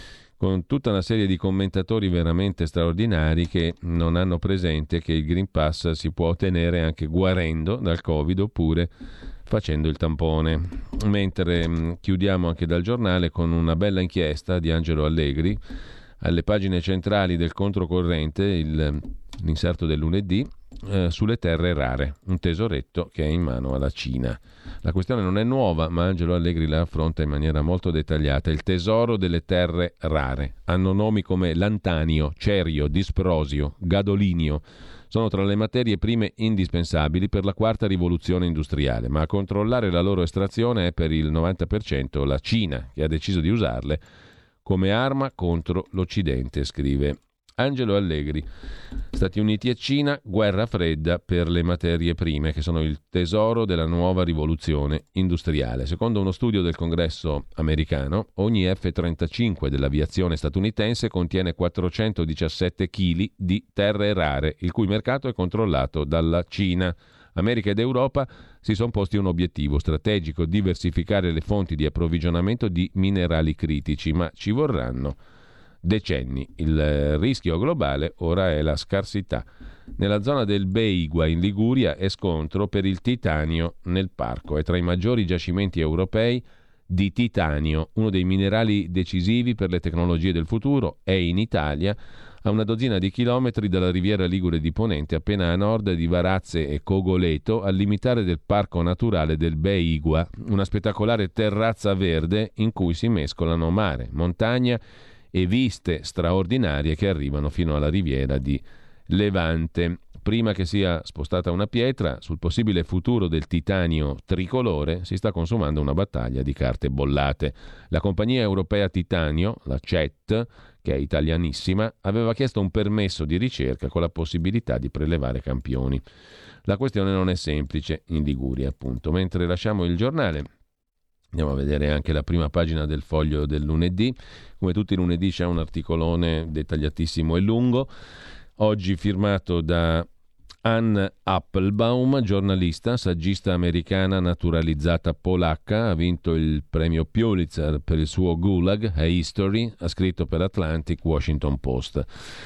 con tutta una serie di commentatori veramente straordinari che non hanno presente che il Green Pass si può ottenere anche guarendo dal Covid oppure facendo il tampone. Mentre mh, chiudiamo anche dal giornale con una bella inchiesta di Angelo Allegri alle pagine centrali del Controcorrente, il, l'inserto del lunedì, eh, sulle terre rare, un tesoretto che è in mano alla Cina. La questione non è nuova, ma Angelo Allegri la affronta in maniera molto dettagliata. Il tesoro delle terre rare. Hanno nomi come lantanio, cerio, disprosio, gadolinio. Sono tra le materie prime indispensabili per la quarta rivoluzione industriale, ma a controllare la loro estrazione è per il novanta per cento la Cina, che ha deciso di usarle come arma contro l'Occidente, scrive Angelo Allegri. Stati Uniti e Cina, guerra fredda per le materie prime, che sono il tesoro della nuova rivoluzione industriale. Secondo uno studio del Congresso americano, ogni F trentacinque dell'aviazione statunitense contiene quattrocentodiciassette chili di terre rare, il cui mercato è controllato dalla Cina. America ed Europa si sono posti un obiettivo strategico: diversificare le fonti di approvvigionamento di minerali critici, ma ci vorranno decenni. Il rischio globale ora è la scarsità. Nella zona del Beigua in Liguria è scontro per il titanio nel parco. È tra i maggiori giacimenti europei di titanio, uno dei minerali decisivi per le tecnologie del futuro. È in Italia, a una dozzina di chilometri dalla riviera Ligure di Ponente, appena a nord di Varazze e Cogoleto, al limitare del parco naturale del Beigua, una spettacolare terrazza verde in cui si mescolano mare, montagna e viste straordinarie che arrivano fino alla riviera di Levante. Prima che sia spostata una pietra, sul possibile futuro del titanio tricolore si sta consumando una battaglia di carte bollate. La compagnia europea Titanio, la C E T, che è italianissima, aveva chiesto un permesso di ricerca con la possibilità di prelevare campioni. La questione non è semplice in Liguria, appunto. Mentre lasciamo il giornale, andiamo a vedere anche la prima pagina del Foglio del lunedì. Come tutti i lunedì c'è un articolone dettagliatissimo e lungo, oggi firmato da Anne Applebaum, giornalista, saggista americana naturalizzata polacca. Ha vinto il premio Pulitzer per il suo Gulag, A History, ha scritto per Atlantic, Washington Post.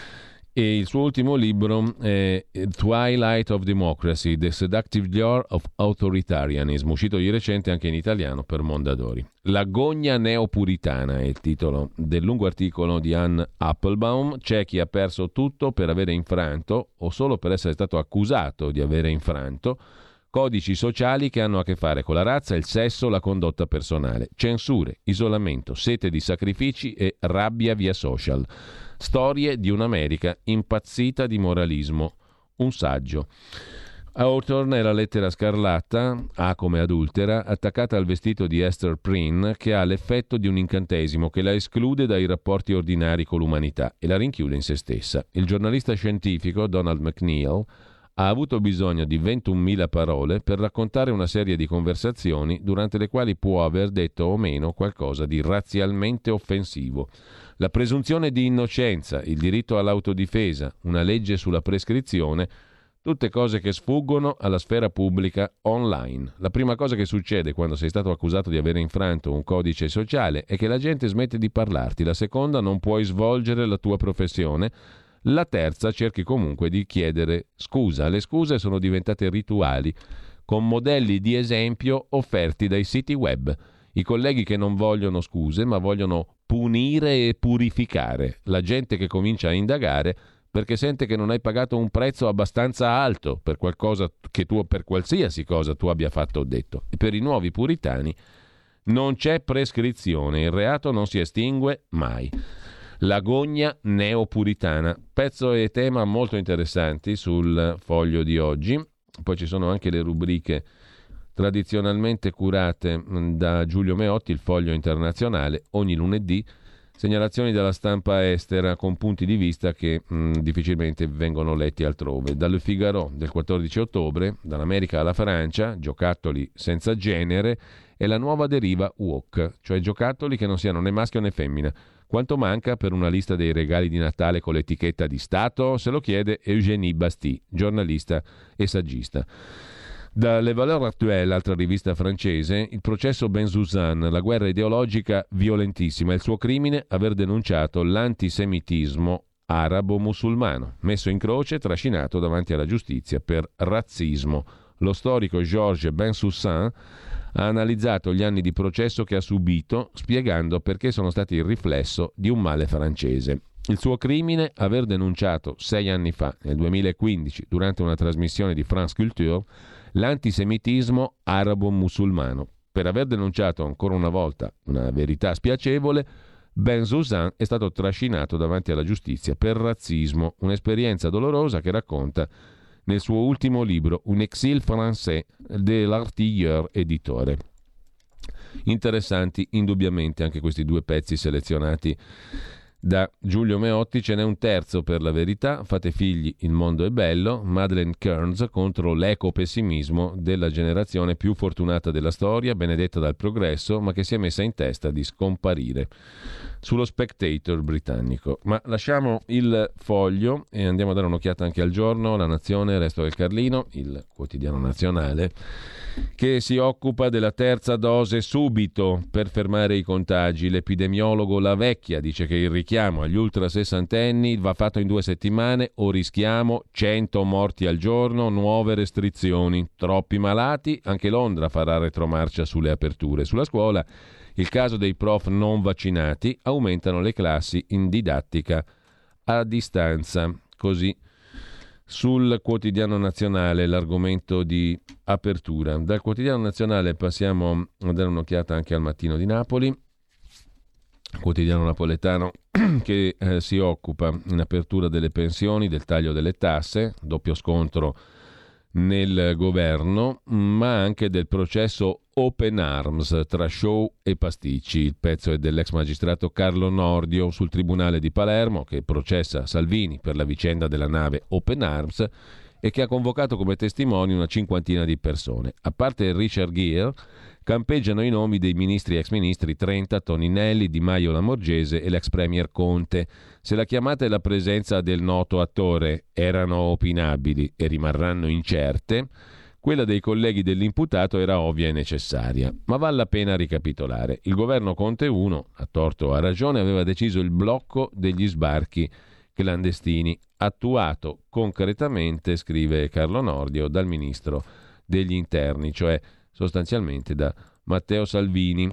E il suo ultimo libro è Twilight of Democracy, The Seductive Lure of Authoritarianism, uscito di recente anche in italiano per Mondadori. La gogna neopuritana è il titolo del lungo articolo di Anne Applebaum. C'è chi ha perso tutto per avere infranto, o solo per essere stato accusato di avere infranto, codici sociali che hanno a che fare con la razza, il sesso, la condotta personale, censure, isolamento, sete di sacrifici e rabbia via social. Storie di un'America impazzita di moralismo. Un saggio. Hawthorne è la lettera scarlatta, A come adultera, attaccata al vestito di Esther Prynne, che ha l'effetto di un incantesimo che la esclude dai rapporti ordinari con l'umanità e la rinchiude in se stessa. Il giornalista scientifico Donald McNeil ha avuto bisogno di ventunomila parole per raccontare una serie di conversazioni durante le quali può aver detto o meno qualcosa di razzialmente offensivo. La presunzione di innocenza, il diritto all'autodifesa, una legge sulla prescrizione, tutte cose che sfuggono alla sfera pubblica online. La prima cosa che succede quando sei stato accusato di avere infranto un codice sociale è che la gente smette di parlarti. La seconda, non puoi svolgere la tua professione. La terza, cerchi comunque di chiedere scusa. Le scuse sono diventate rituali, con modelli di esempio offerti dai siti web. I colleghi che non vogliono scuse, ma vogliono punire e purificare. La gente che comincia a indagare perché sente che non hai pagato un prezzo abbastanza alto per qualcosa che tu, per qualsiasi cosa tu abbia fatto o detto. E per i nuovi puritani non c'è prescrizione, il reato non si estingue mai. La gogna neopuritana, pezzo e tema molto interessanti sul Foglio di oggi. Poi ci sono anche le rubriche tradizionalmente curate da Giulio Meotti, il Foglio internazionale, ogni lunedì, segnalazioni dalla stampa estera con punti di vista che mh, difficilmente vengono letti altrove. Dal Figaro del quattordici ottobre, dall'America alla Francia, giocattoli senza genere e la nuova deriva woke, cioè giocattoli che non siano né maschio né femmina. Quanto manca per una lista dei regali di Natale con l'etichetta di Stato? Se lo chiede Eugénie Basti, giornalista e saggista. Da Le Valeurs Actuelles, altra rivista francese, il processo Bensoussan, la guerra ideologica violentissima, il suo crimine aver denunciato l'antisemitismo arabo-musulmano, messo in croce e trascinato davanti alla giustizia per razzismo. Lo storico Georges Bensoussan ha analizzato gli anni di processo che ha subito, spiegando perché sono stati il riflesso di un male francese. Il suo crimine, aver denunciato sei anni fa, nel duemilaquindici, durante una trasmissione di France Culture, l'antisemitismo arabo-musulmano. Per aver denunciato ancora una volta una verità spiacevole, Bensoussan è stato trascinato davanti alla giustizia per razzismo, un'esperienza dolorosa che racconta nel suo ultimo libro Un exil français de l'Artilleur editore. Interessanti indubbiamente anche questi due pezzi selezionati da Giulio Meotti. Ce n'è un terzo per La Verità, Fate figli, il mondo è bello, Madeleine Kearns contro l'eco-pessimismo della generazione più fortunata della storia, benedetta dal progresso, ma che si è messa in testa di scomparire. Sullo Spectator britannico. Ma lasciamo il Foglio e andiamo a dare un'occhiata anche al Giorno, La Nazione, Resto del Carlino, il quotidiano nazionale, che si occupa della terza dose subito per fermare i contagi. L'epidemiologo La Vecchia dice che il richiamo agli ultrasessantenni va fatto in due settimane o rischiamo cento morti al giorno, nuove restrizioni, troppi malati. Anche Londra farà retromarcia sulle aperture. Sulla scuola il caso dei prof non vaccinati, aumentano le classi in didattica a distanza. Così sul Quotidiano Nazionale l'argomento di apertura. Dal Quotidiano Nazionale passiamo a dare un'occhiata anche al Mattino di Napoli, quotidiano napoletano che eh, si occupa in apertura delle pensioni, del taglio delle tasse, doppio scontro nel governo, ma anche del processo Open Arms tra show e pasticci. Il pezzo è dell'ex magistrato Carlo Nordio sul Tribunale di Palermo, che processa Salvini per la vicenda della nave Open Arms e che ha convocato come testimoni una cinquantina di persone. A parte Richard Gere, campeggiano i nomi dei ministri e ex ministri Trenta, Toninelli, Di Maio Lamorgese e l'ex premier Conte. Se la chiamata e la presenza del noto attore erano opinabili e rimarranno incerte, quella dei colleghi dell'imputato era ovvia e necessaria. Ma vale la pena ricapitolare. Il governo Conte uno, a torto o a ragione, aveva deciso il blocco degli sbarchi clandestini, attuato concretamente, scrive Carlo Nordio, dal ministro degli interni, cioè sostanzialmente da Matteo Salvini.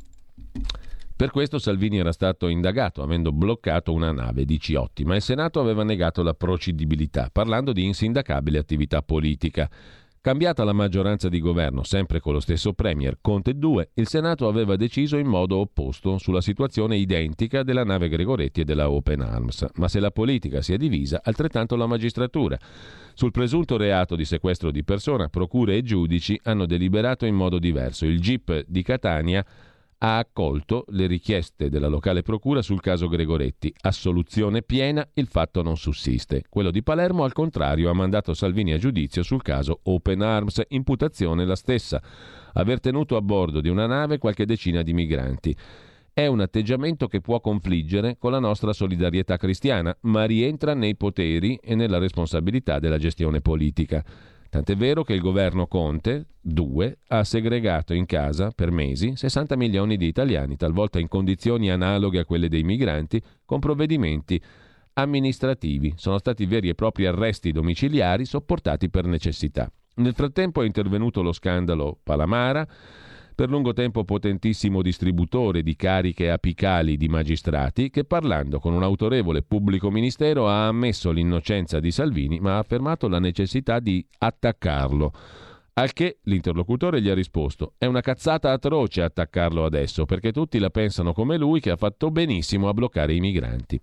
Per questo Salvini era stato indagato, avendo bloccato una nave di Ciotti, ma il Senato aveva negato la procedibilità, parlando di insindacabile attività politica. Cambiata la maggioranza di governo, sempre con lo stesso premier Conte due, il Senato aveva deciso in modo opposto sulla situazione identica della nave Gregoretti e della Open Arms. Ma se la politica si è divisa, altrettanto la magistratura. Sul presunto reato di sequestro di persona, procure e giudici hanno deliberato in modo diverso. Il G I P di Catania ha accolto le richieste della locale procura sul caso Gregoretti. Assoluzione piena, il fatto non sussiste. Quello di Palermo, al contrario, ha mandato Salvini a giudizio sul caso Open Arms, imputazione la stessa: aver tenuto a bordo di una nave qualche decina di migranti. È un atteggiamento che può confliggere con la nostra solidarietà cristiana, ma rientra nei poteri e nella responsabilità della gestione politica. Tant'è vero che il governo Conte due ha segregato in casa per mesi sessanta milioni di italiani, talvolta in condizioni analoghe a quelle dei migranti, con provvedimenti amministrativi. Sono stati veri e propri arresti domiciliari sopportati per necessità. Nel frattempo è intervenuto lo scandalo Palamara, per lungo tempo potentissimo distributore di cariche apicali di magistrati, che parlando con un autorevole pubblico ministero ha ammesso l'innocenza di Salvini, ma ha affermato la necessità di attaccarlo. Al che l'interlocutore gli ha risposto: è una cazzata atroce attaccarlo adesso, perché tutti la pensano come lui, che ha fatto benissimo a bloccare i migranti.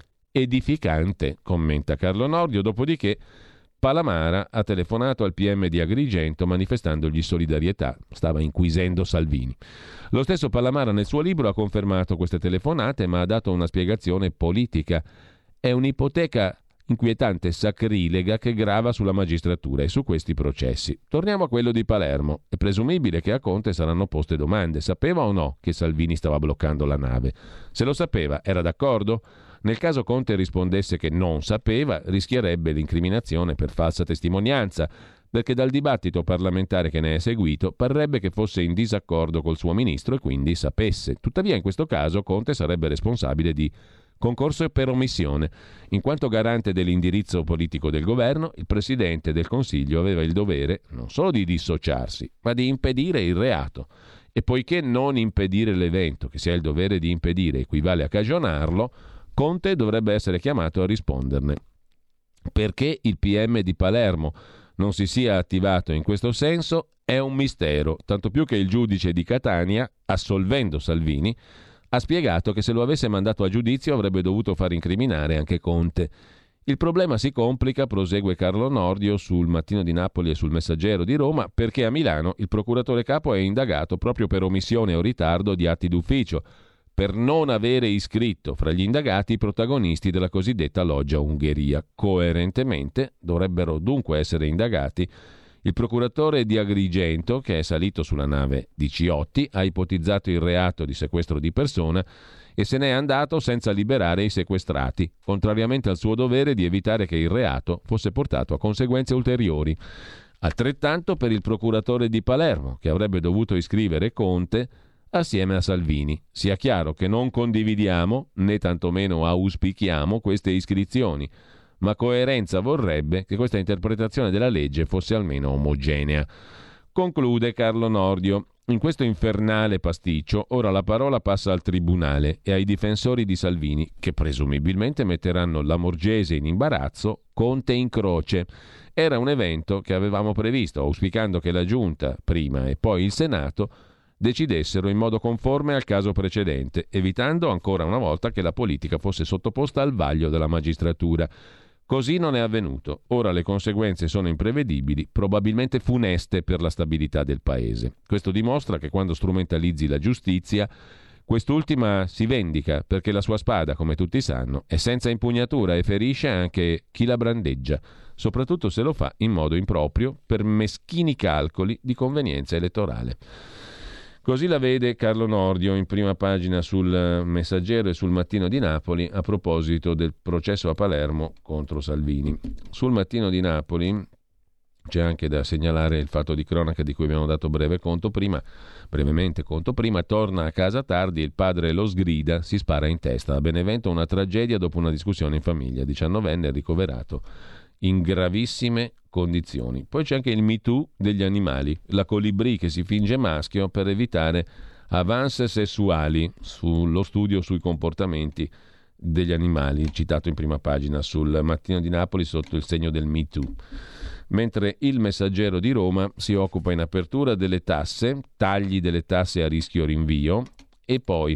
Edificante, commenta Carlo Nordio, dopodiché Palamara ha telefonato al P M di Agrigento manifestandogli solidarietà, stava inquisendo Salvini. Lo stesso Palamara nel suo libro ha confermato queste telefonate, ma ha dato una spiegazione politica. È un'ipoteca inquietante e sacrilega che grava sulla magistratura e su questi processi. Torniamo a quello di Palermo. È presumibile che a Conte saranno poste domande. Sapeva o no che Salvini stava bloccando la nave? Se lo sapeva, era d'accordo? Nel caso Conte rispondesse che non sapeva, rischierebbe l'incriminazione per falsa testimonianza, perché dal dibattito parlamentare che ne è seguito parrebbe che fosse in disaccordo col suo ministro e quindi sapesse. Tuttavia in questo caso Conte sarebbe responsabile di concorso per omissione. In quanto garante dell'indirizzo politico del governo, il Presidente del Consiglio aveva il dovere non solo di dissociarsi, ma di impedire il reato. E poiché non impedire l'evento, che si ha il dovere di impedire, equivale a cagionarlo, Conte dovrebbe essere chiamato a risponderne. Perché il P M di Palermo non si sia attivato in questo senso è un mistero, tanto più che il giudice di Catania, assolvendo Salvini, ha spiegato che se lo avesse mandato a giudizio avrebbe dovuto far incriminare anche Conte. Il problema si complica, prosegue Carlo Nordio sul Mattino di Napoli e sul Messaggero di Roma, perché a Milano il procuratore capo è indagato proprio per omissione o ritardo di atti d'ufficio, per non avere iscritto fra gli indagati i protagonisti della cosiddetta loggia Ungheria. Coerentemente dovrebbero dunque essere indagati il procuratore di Agrigento, che è salito sulla nave di Ciotti, ha ipotizzato il reato di sequestro di persona e se n'è andato senza liberare i sequestrati, contrariamente al suo dovere di evitare che il reato fosse portato a conseguenze ulteriori. Altrettanto per il procuratore di Palermo, che avrebbe dovuto iscrivere Conte assieme a Salvini. Sia chiaro che non condividiamo, né tantomeno auspichiamo queste iscrizioni, ma coerenza vorrebbe che questa interpretazione della legge fosse almeno omogenea. Conclude Carlo Nordio. In questo infernale pasticcio ora la parola passa al Tribunale e ai difensori di Salvini, che presumibilmente metteranno Lamorgese in imbarazzo, Conte in croce. Era un evento che avevamo previsto, auspicando che la Giunta, prima e poi il Senato, decidessero in modo conforme al caso precedente, evitando ancora una volta che la politica fosse sottoposta al vaglio della magistratura. Così non è avvenuto. Ora le conseguenze sono imprevedibili, probabilmente funeste per la stabilità del Paese. Questo dimostra che quando strumentalizzi la giustizia, quest'ultima si vendica, perché la sua spada, come tutti sanno, è senza impugnatura e ferisce anche chi la brandeggia, soprattutto se lo fa in modo improprio per meschini calcoli di convenienza elettorale. Così la vede Carlo Nordio in prima pagina sul Messaggero e sul Mattino di Napoli a proposito del processo a Palermo contro Salvini. Sul Mattino di Napoli c'è anche da segnalare il fatto di cronaca di cui abbiamo dato breve conto prima, brevemente conto prima. Torna a casa tardi, il padre lo sgrida, si spara in testa. A Benevento una tragedia dopo una discussione in famiglia. diciannovenne ricoverato in gravissime condizioni. Poi c'è anche il Me Too degli animali, la colibrì che si finge maschio per evitare avance sessuali, sullo studio sui comportamenti degli animali, citato in prima pagina sul Mattino di Napoli sotto il segno del Me Too. Mentre il Messaggero di Roma si occupa in apertura delle tasse, tagli delle tasse a rischio rinvio, e poi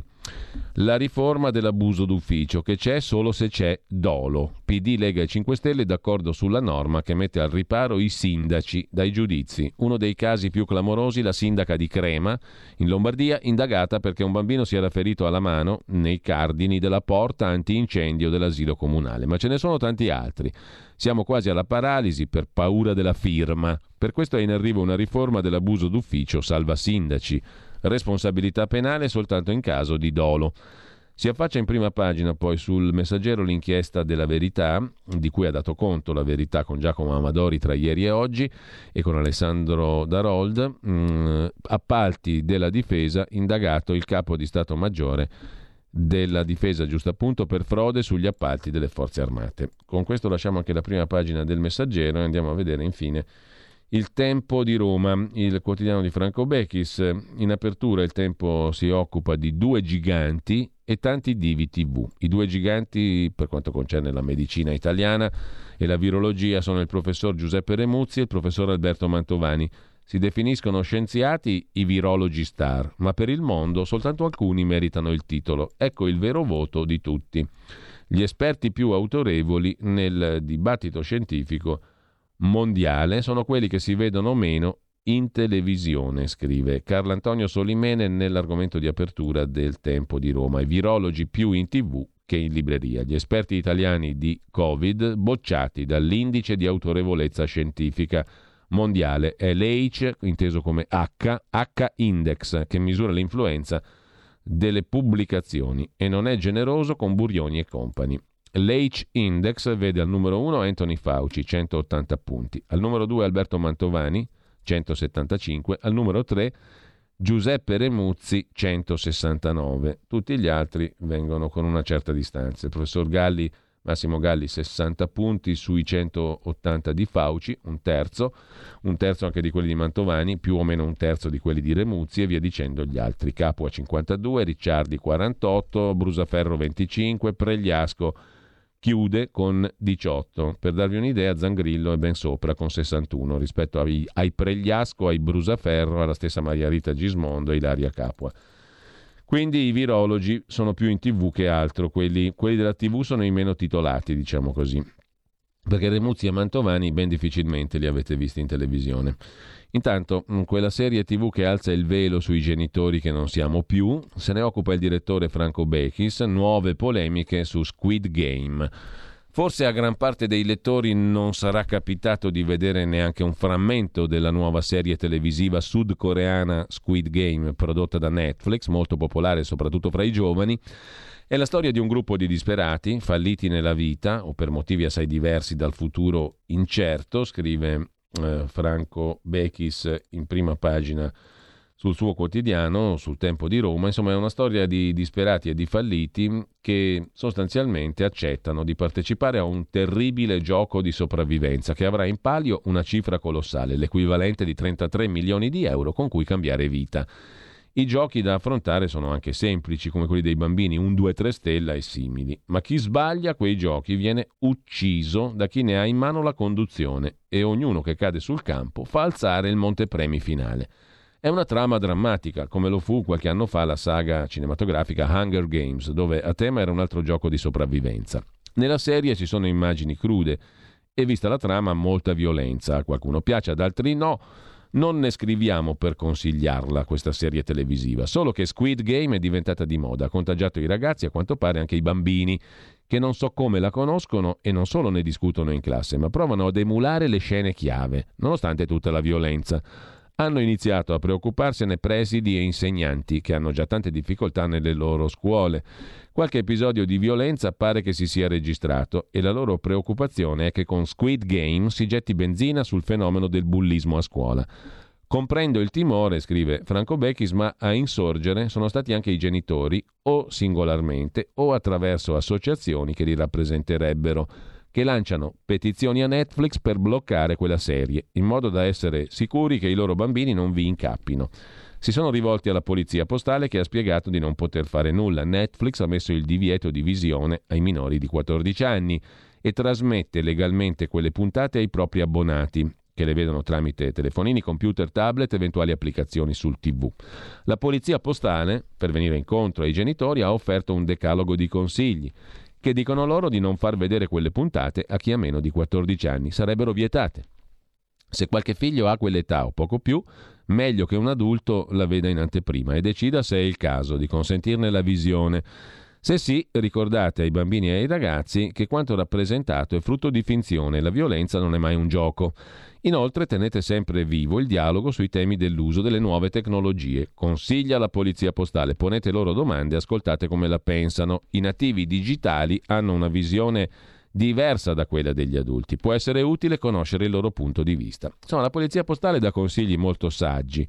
la riforma dell'abuso d'ufficio, che c'è solo se c'è dolo. P D, Lega e cinque Stelle d'accordo sulla norma che mette al riparo i sindaci dai giudizi. Uno dei casi più clamorosi, la sindaca di Crema, in Lombardia, indagata perché un bambino si era ferito alla mano nei cardini della porta antincendio dell'asilo comunale. Ma ce ne sono tanti altri. Siamo quasi alla paralisi per paura della firma. Per questo è in arrivo una riforma dell'abuso d'ufficio salva sindaci. Responsabilità penale soltanto in caso di dolo. Si affaccia in prima pagina poi sul Messaggero l'inchiesta della Verità, di cui ha dato conto la Verità con Giacomo Amadori tra ieri e oggi e con Alessandro Darold. Mm, appalti della difesa, indagato il capo di Stato Maggiore della difesa, giusto appunto, per frode sugli appalti delle forze armate. Con questo lasciamo anche la prima pagina del Messaggero e andiamo a vedere infine Il Tempo di Roma, il quotidiano di Franco Bechis. In apertura il Tempo si occupa di due giganti e tanti divi tivù. I due giganti per quanto concerne la medicina italiana e la virologia sono il professor Giuseppe Remuzzi e il professor Alberto Mantovani. Si definiscono scienziati i virologi star, ma per il mondo soltanto alcuni meritano il titolo. Ecco il vero voto di tutti. Gli esperti più autorevoli nel dibattito scientifico mondiale sono quelli che si vedono meno in televisione, scrive Carlo Antonio Solimene nell'argomento di apertura del Tempo di Roma. I virologi più in tv che in libreria. Gli esperti italiani di Covid bocciati dall'indice di autorevolezza scientifica mondiale. È l'H, inteso come H, H-Index, che misura l'influenza delle pubblicazioni e non è generoso con Burioni e compagni. L'H-Index vede al numero uno Anthony Fauci, centottanta punti, al numero due Alberto Mantovani, centosettantacinque, al numero tre Giuseppe Remuzzi, centosessantanove. Tutti gli altri vengono con una certa distanza. Il professor Galli, Massimo Galli, sessanta punti sui centottanta di Fauci, un terzo, un terzo anche di quelli di Mantovani, più o meno un terzo di quelli di Remuzzi e via dicendo gli altri. Capua cinquantadue, Ricciardi quarantotto, Brusaferro venticinque, Pregliasco chiude con diciotto. Per darvi un'idea, Zangrillo è ben sopra con sessantuno rispetto ai, ai Pregliasco, ai Brusaferro, alla stessa Maria Rita Gismondo e Ilaria Capua. Quindi i virologi sono più in tv che altro, quelli, quelli della tv sono i meno titolati, diciamo così. perché Remuzzi e Mantovani ben difficilmente li avete visti in televisione. Intanto, quella serie tivù che alza il velo sui genitori che non siamo più, se ne occupa il direttore Franco Bechis, nuove polemiche su Squid Game. Forse a gran parte dei lettori non sarà capitato di vedere neanche un frammento della nuova serie televisiva sudcoreana Squid Game, prodotta da Netflix, molto popolare soprattutto fra i giovani. È la storia di un gruppo di disperati, falliti nella vita o per motivi assai diversi dal futuro incerto, scrive eh, Franco Bechis in prima pagina sul suo quotidiano, sul Tempo di Roma. Insomma, è una storia di disperati e di falliti che sostanzialmente accettano di partecipare a un terribile gioco di sopravvivenza che avrà in palio una cifra colossale, l'equivalente di trentatré milioni di euro con cui cambiare vita. I giochi da affrontare sono anche semplici, come quelli dei bambini, un due tre stella e simili, ma chi sbaglia quei giochi viene ucciso da chi ne ha in mano la conduzione e ognuno che cade sul campo fa alzare il montepremi finale. È una trama drammatica, come lo fu qualche anno fa la saga cinematografica Hunger Games, dove a tema era un altro gioco di sopravvivenza. Nella serie ci sono immagini crude e, vista la trama, molta violenza. A qualcuno piace, ad altri no. Non ne scriviamo per consigliarla questa serie televisiva, solo che Squid Game è diventata di moda, ha contagiato i ragazzi e a quanto pare anche i bambini, che non so come la conoscono e non solo ne discutono in classe, ma provano ad emulare le scene chiave, nonostante tutta la violenza. Hanno iniziato a preoccuparsene presidi e insegnanti, che hanno già tante difficoltà nelle loro scuole. Qualche episodio di violenza pare che si sia registrato e la loro preoccupazione è che con Squid Game si getti benzina sul fenomeno del bullismo a scuola. Comprendo il timore, scrive Franco Bechis, ma a insorgere sono stati anche i genitori, o singolarmente o attraverso associazioni che li rappresenterebbero, che lanciano petizioni a Netflix per bloccare quella serie, in modo da essere sicuri che i loro bambini non vi incappino. Si sono rivolti alla polizia postale, che ha spiegato di non poter fare nulla. Netflix ha messo il divieto di visione ai minori di quattordici anni e trasmette legalmente quelle puntate ai propri abbonati, che le vedono tramite telefonini, computer, tablet, eventuali applicazioni sul tivù. La polizia postale, per venire incontro ai genitori, ha offerto un decalogo di consigli che dicono loro di non far vedere quelle puntate a chi ha meno di quattordici anni. Sarebbero vietate. Se qualche figlio ha quell'età o poco più, meglio che un adulto la veda in anteprima e decida se è il caso di consentirne la visione. Se sì, ricordate ai bambini e ai ragazzi che quanto rappresentato è frutto di finzione e la violenza non è mai un gioco. Inoltre tenete sempre vivo il dialogo sui temi dell'uso delle nuove tecnologie. Consiglia la polizia postale, ponete loro domande, ascoltate come la pensano. I nativi digitali hanno una visione diversa da quella degli adulti. Può essere utile conoscere il loro punto di vista. Insomma, la polizia postale dà consigli molto saggi,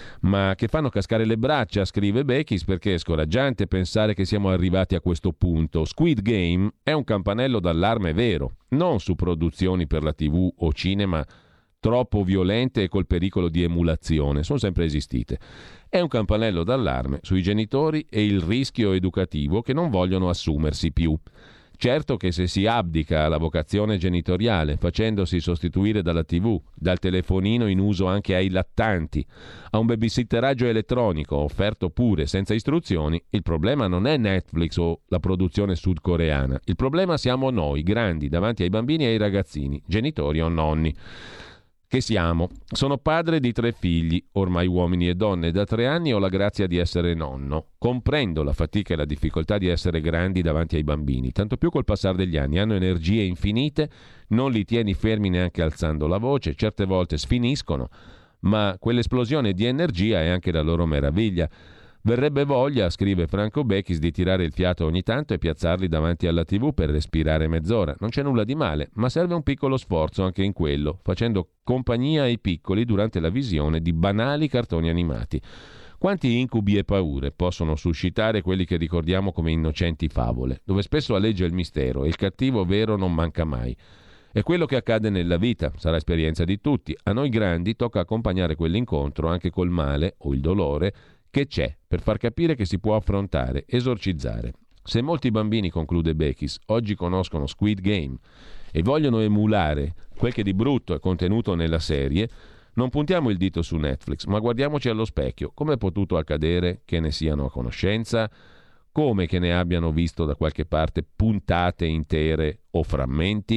ma che fanno cascare le braccia, scrive Bechis, perché è scoraggiante pensare che siamo arrivati a questo punto. Squid Game è un campanello d'allarme vero, non su produzioni per la tivù o cinema troppo violente e col pericolo di emulazione, sono sempre esistite. È un campanello d'allarme sui genitori e il rischio educativo che non vogliono assumersi più. Certo che se si abdica alla vocazione genitoriale, facendosi sostituire dalla tivù, dal telefonino in uso anche ai lattanti, a un babysitteraggio elettronico offerto pure senza istruzioni, il problema non è Netflix o la produzione sudcoreana. Il problema siamo noi, grandi, davanti ai bambini e ai ragazzini, genitori o nonni. Che siamo? Sono padre di tre figli, ormai uomini e donne. Da tre anni ho la grazia di essere nonno. Comprendo la fatica e la difficoltà di essere grandi davanti ai bambini, tanto più col passare degli anni. Hanno energie infinite, non li tieni fermi neanche alzando la voce, certe volte sfiniscono, ma quell'esplosione di energia è anche la loro meraviglia. Verrebbe voglia, scrive Franco Bechis, di tirare il fiato ogni tanto e piazzarli davanti alla tivù per respirare mezz'ora. Non c'è nulla di male, ma serve un piccolo sforzo anche in quello, facendo compagnia ai piccoli durante la visione di banali cartoni animati. Quanti incubi e paure possono suscitare quelli che ricordiamo come innocenti favole, dove spesso aleggia il mistero e il cattivo vero non manca mai. È quello che accade nella vita, sarà esperienza di tutti. A noi grandi tocca accompagnare quell'incontro anche col male o il dolore che c'è, per far capire che si può affrontare, esorcizzare. Se molti bambini, conclude Bechis, oggi conoscono Squid Game e vogliono emulare quel che di brutto è contenuto nella serie, non puntiamo il dito su Netflix, ma guardiamoci allo specchio. Come è potuto accadere che ne siano a conoscenza? Come che ne abbiano visto da qualche parte puntate intere o frammenti?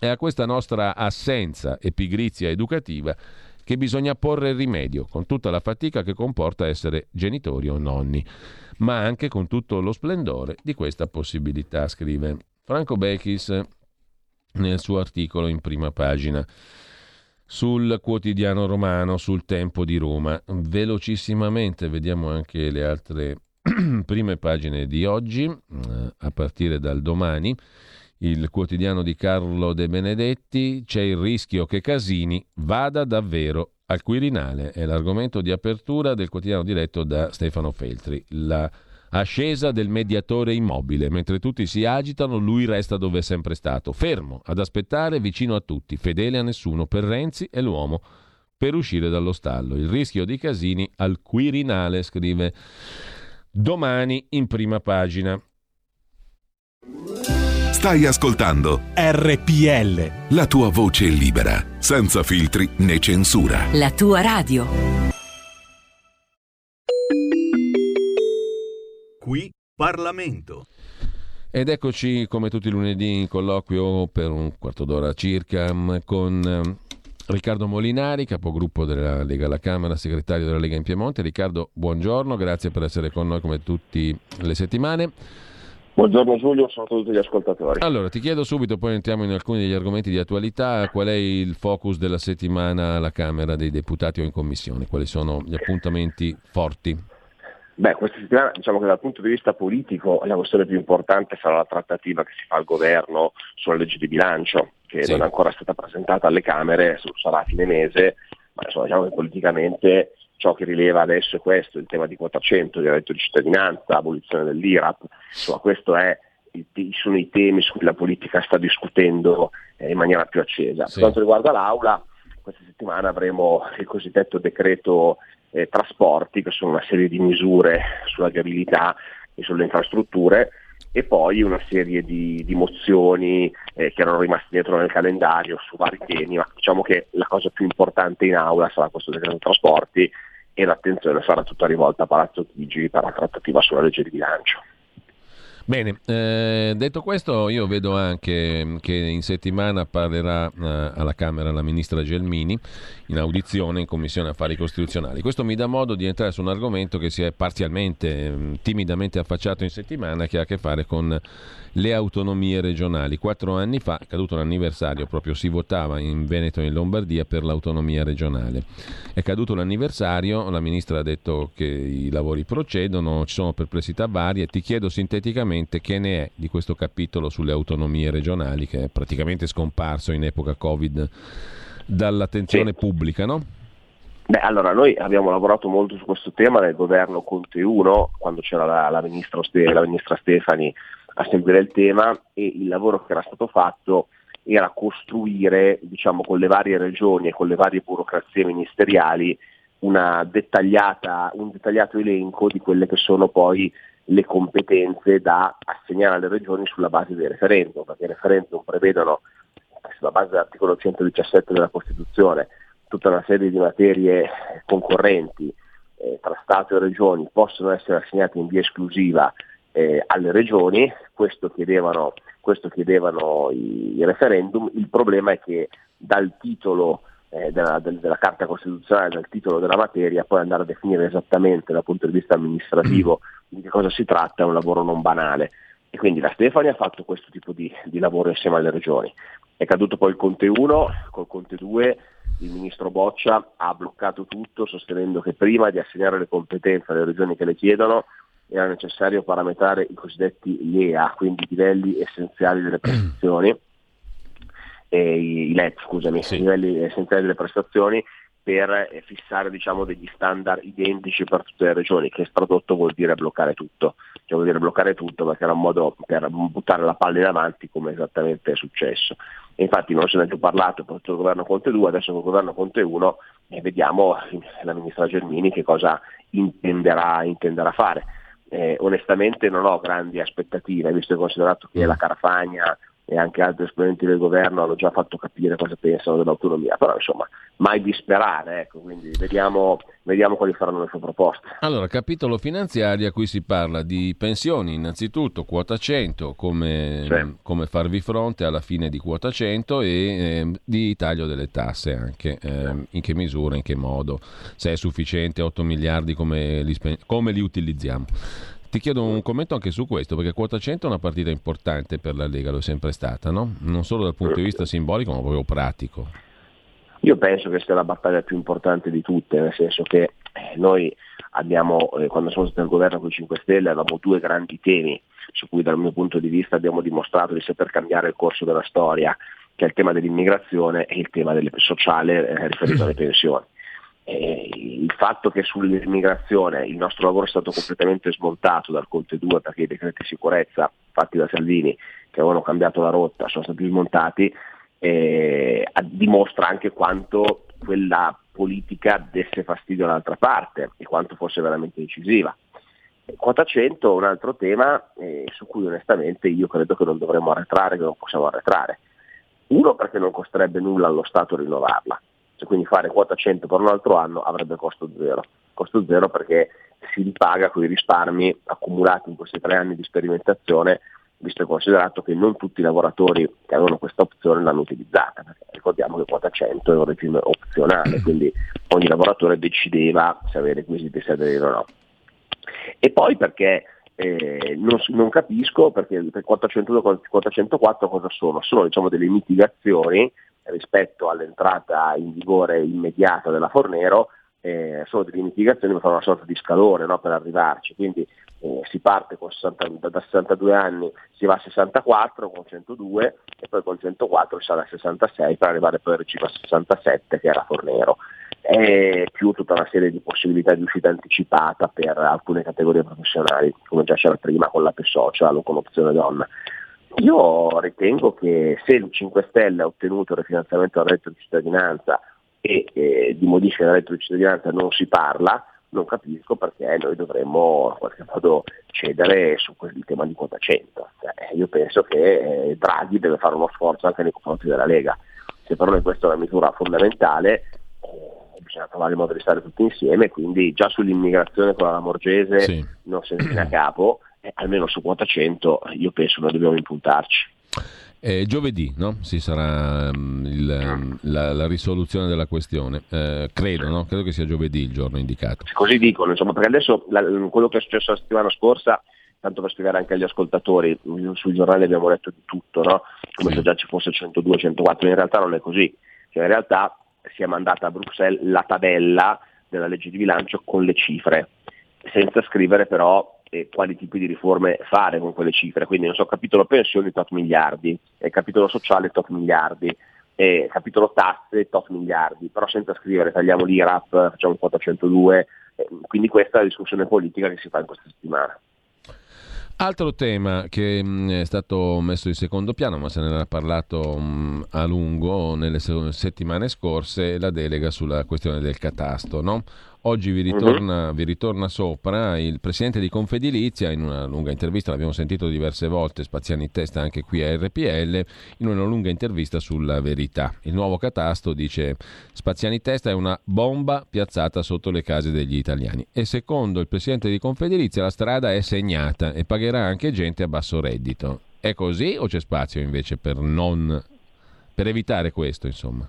È a questa nostra assenza e pigrizia educativa che bisogna porre rimedio, con tutta la fatica che comporta essere genitori o nonni, ma anche con tutto lo splendore di questa possibilità, scrive Franco Bechis nel suo articolo in prima pagina sul Quotidiano Romano, sul Tempo di Roma. Velocissimamente vediamo anche le altre prime pagine di oggi, a partire dal Domani. Il quotidiano di Carlo De Benedetti: c'è il rischio che Casini vada davvero al Quirinale. È l'argomento di apertura del quotidiano diretto da Stefano Feltri. La ascesa del mediatore immobile. Mentre tutti si agitano, lui resta dove è sempre stato, fermo, ad aspettare, vicino a tutti, fedele a nessuno. Per Renzi è l'uomo per uscire dallo stallo. Il rischio di Casini al Quirinale, scrive Domani in prima pagina. Stai ascoltando R P L, la tua voce libera, senza filtri né censura. La tua radio. Qui Parlamento. Ed eccoci come tutti i lunedì in colloquio per un quarto d'ora circa con Riccardo Molinari, capogruppo della Lega alla Camera, segretario della Lega in Piemonte. Riccardo, buongiorno, grazie per essere con noi come tutte le settimane. Buongiorno Giulio, saluto tutti gli ascoltatori. Allora, ti chiedo subito, poi entriamo in alcuni degli argomenti di attualità, qual è il focus della settimana alla Camera dei Deputati o in Commissione? Quali sono gli appuntamenti forti? Beh, questa settimana diciamo che dal punto di vista politico la questione più importante sarà la trattativa che si fa al governo sulla legge di bilancio, che sì. non è ancora stata presentata alle Camere, sarà a fine mese, ma insomma diciamo che politicamente ciò che rileva adesso è questo, il tema di quota cento, il reddito di cittadinanza, abolizione dell'I R A P, insomma questo è, sono i temi su cui la politica sta discutendo in maniera più accesa. Sì. Per quanto riguarda l'Aula, questa settimana avremo il cosiddetto decreto eh, trasporti, che sono una serie di misure sulla viabilità e sulle infrastrutture, e poi una serie di, di mozioni eh, che erano rimaste dietro nel calendario su vari temi, ma diciamo che la cosa più importante in Aula sarà questo decreto trasporti, e l'attenzione sarà tutta rivolta a Palazzo Chigi per la trattativa sulla legge di bilancio. Bene, eh, detto questo, io vedo anche che in settimana parlerà eh, alla Camera la ministra Gelmini in audizione in Commissione Affari Costituzionali. Questo mi dà modo di entrare su un argomento che si è parzialmente, timidamente affacciato in settimana, che ha a che fare con le autonomie regionali. Quattro anni fa è caduto l'anniversario, proprio si votava in Veneto e in Lombardia per l'autonomia regionale. È caduto l'anniversario, la ministra ha detto che i lavori procedono, ci sono perplessità varie. Ti chiedo sinteticamente che ne è di questo capitolo sulle autonomie regionali, che è praticamente scomparso in epoca Covid dall'attenzione sì. pubblica, no? Beh, allora noi abbiamo lavorato molto su questo tema nel governo Conte uno, quando c'era la, la, ministra, la ministra Stefani a seguire il tema, e il lavoro che era stato fatto era costruire, diciamo, con le varie regioni e con le varie burocrazie ministeriali una dettagliata, un dettagliato elenco di quelle che sono poi le competenze da assegnare alle regioni sulla base dei referendum, perché i referendum prevedono, sulla base dell'articolo centodiciassette della Costituzione, tutta una serie di materie concorrenti eh, tra Stato e regioni possono essere assegnate in via esclusiva eh, alle regioni. Questo chiedevano, questo chiedevano i, i referendum. Il problema è che dal titolo eh, della, del, della Carta Costituzionale, dal titolo della materia, poi andare a definire esattamente dal punto di vista amministrativo di che cosa si tratta è un lavoro non banale. E quindi la Stefani ha fatto questo tipo di, di lavoro insieme alle regioni. È caduto poi il Conte uno, col Conte due il ministro Boccia ha bloccato tutto, sostenendo che prima di assegnare le competenze alle regioni che le chiedono era necessario parametrare i cosiddetti L E A, quindi i livelli essenziali delle prestazioni, e i, i L E P, scusami, sì. i livelli essenziali delle prestazioni, per eh, fissare, diciamo, degli standard identici per tutte le regioni, che tradotto vuol dire bloccare tutto, cioè vuol dire bloccare tutto perché era un modo per buttare la palla in avanti, come esattamente è successo. E infatti non se ne è più parlato per tutto il governo Conte due, adesso con il governo Conte uno e vediamo la ministra Gelmini che cosa intenderà, intenderà fare. Eh, onestamente non ho grandi aspettative, visto e considerato che la Carfagna e anche altri esponenti del governo hanno già fatto capire cosa pensano dell'autonomia, però insomma mai disperare, ecco, quindi vediamo, vediamo quali saranno le sue proposte. Allora, capitolo finanziaria, qui si parla di pensioni innanzitutto, quota cento, come, sì. come farvi fronte alla fine di quota cento e eh, di taglio delle tasse anche, eh, in che misura, in che modo, se è sufficiente otto miliardi, come li, spen- come li utilizziamo. Ti chiedo un commento anche su questo, perché quota cento è una partita importante per la Lega, lo è sempre stata, no? Non solo dal punto di vista simbolico, ma proprio pratico. Io penso che sia la battaglia più importante di tutte, nel senso che eh, noi abbiamo, eh, quando siamo stati al governo con i cinque Stelle, avevamo due grandi temi su cui dal mio punto di vista abbiamo dimostrato di saper cambiare il corso della storia, che è il tema dell'immigrazione e il tema delle, sociale eh, riferito alle pensioni. Eh, il fatto che sull'immigrazione il nostro lavoro è stato completamente smontato dal Conte due, perché i decreti sicurezza fatti da Salvini, che avevano cambiato la rotta, sono stati smontati, eh, dimostra anche quanto quella politica desse fastidio all'altra parte e quanto fosse veramente incisiva. Quota cento è un altro tema eh, su cui onestamente io credo che non dovremmo arretrare, che non possiamo arretrare. Uno, perché non costerebbe nulla allo Stato rinnovarla, quindi fare quota cento per un altro anno avrebbe costo zero, costo zero perché si ripaga con i risparmi accumulati in questi tre anni di sperimentazione, visto e considerato che non tutti i lavoratori che avevano questa opzione l'hanno utilizzata, perché ricordiamo che quota cento è un regime opzionale, quindi ogni lavoratore decideva se avere i requisiti se aderire o no. E poi perché eh, non, non capisco perché per quota centodue e quota centoquattro cosa sono? Sono diciamo delle mitigazioni rispetto all'entrata in vigore immediata della Fornero, eh, sono delle mitigazioni per fare una sorta di scalone, no, per arrivarci, quindi eh, si parte con sessanta, da sessantadue anni, si va a sessantaquattro con centodue e poi con centoquattro si sale a sessantasei per arrivare poi al regime a sessantasette che era Fornero, e più tutta una serie di possibilità di uscita anticipata per alcune categorie professionali, come già c'era prima con l'A P E Social o con Opzione Donna. Io ritengo che se il cinque Stelle ha ottenuto il rifinanziamento del reddito di cittadinanza e eh, di modifica del reddito di cittadinanza non si parla, non capisco perché noi dovremmo in qualche modo cedere su quel tema di quota cento. Eh, io penso che eh, Draghi deve fare uno sforzo anche nei confronti della Lega. Se per noi questa è una misura fondamentale, eh, bisogna trovare il modo di stare tutti insieme, quindi già sull'immigrazione con la Lamorgese sì. non se ne tiene a capo. Eh, almeno su quota cento io penso noi dobbiamo impuntarci. Eh, giovedì no? Ci sarà um, il, la, la risoluzione della questione, eh, credo, no? credo che sia giovedì il giorno indicato. Così dicono, insomma, perché adesso la, quello che è successo la settimana scorsa, tanto per spiegare anche agli ascoltatori, sui giornali abbiamo letto di tutto, no? Come sì. se già ci fosse centodue, centoquattro, in realtà non è così, cioè, in realtà si è mandata a Bruxelles la tabella della legge di bilancio con le cifre, senza scrivere però e quali tipi di riforme fare con quelle cifre, quindi non so, capitolo pensioni tot miliardi, e capitolo sociale tot miliardi, e capitolo tasse tot miliardi, però senza scrivere tagliamo l'I R A P, facciamo quota centodue, eh, quindi questa è la discussione politica che si fa in questa settimana. Altro tema che mh, è stato messo in secondo piano, ma se ne era parlato mh, a lungo nelle settimane scorse, la delega sulla questione del catasto, no? Oggi vi ritorna, uh-huh. vi ritorna sopra il presidente di Confedilizia in una lunga intervista, l'abbiamo sentito diverse volte, Spaziani in testa anche qui a R P L, in una lunga intervista sulla Verità. Il nuovo catasto, dice Spaziani in testa, è una bomba piazzata sotto le case degli italiani e secondo il presidente di Confedilizia la strada è segnata e pagherà anche gente a basso reddito. È così o c'è spazio invece per non per evitare questo, insomma?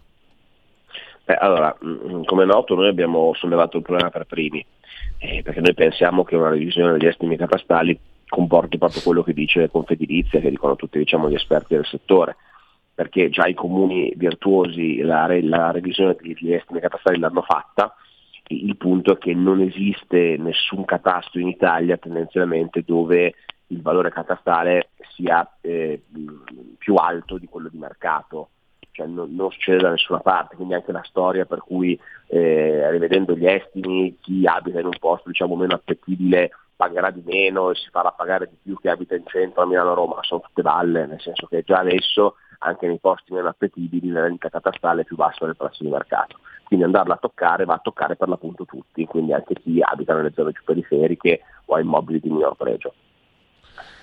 Eh, allora, come è noto, noi abbiamo sollevato il problema per primi, eh, perché noi pensiamo che una revisione degli estimi catastali comporti proprio quello che dice Confedilizia, che dicono tutti diciamo, gli esperti del settore, perché già i comuni virtuosi la, re, la revisione degli estimi catastali l'hanno fatta. Il punto è che non esiste nessun catasto in Italia tendenzialmente dove il valore catastale sia eh, più alto di quello di mercato. Cioè non, non succede da nessuna parte, quindi anche la storia per cui eh, rivedendo gli estimi chi abita in un posto diciamo meno appetibile pagherà di meno e si farà pagare di più chi abita in centro a Milano Roma, sono tutte balle, nel senso che già adesso anche nei posti meno appetibili la rendita catastale è più bassa del prezzo di mercato, quindi andarla a toccare va a toccare per l'appunto tutti, quindi anche chi abita nelle zone più periferiche o ha immobili di minor pregio.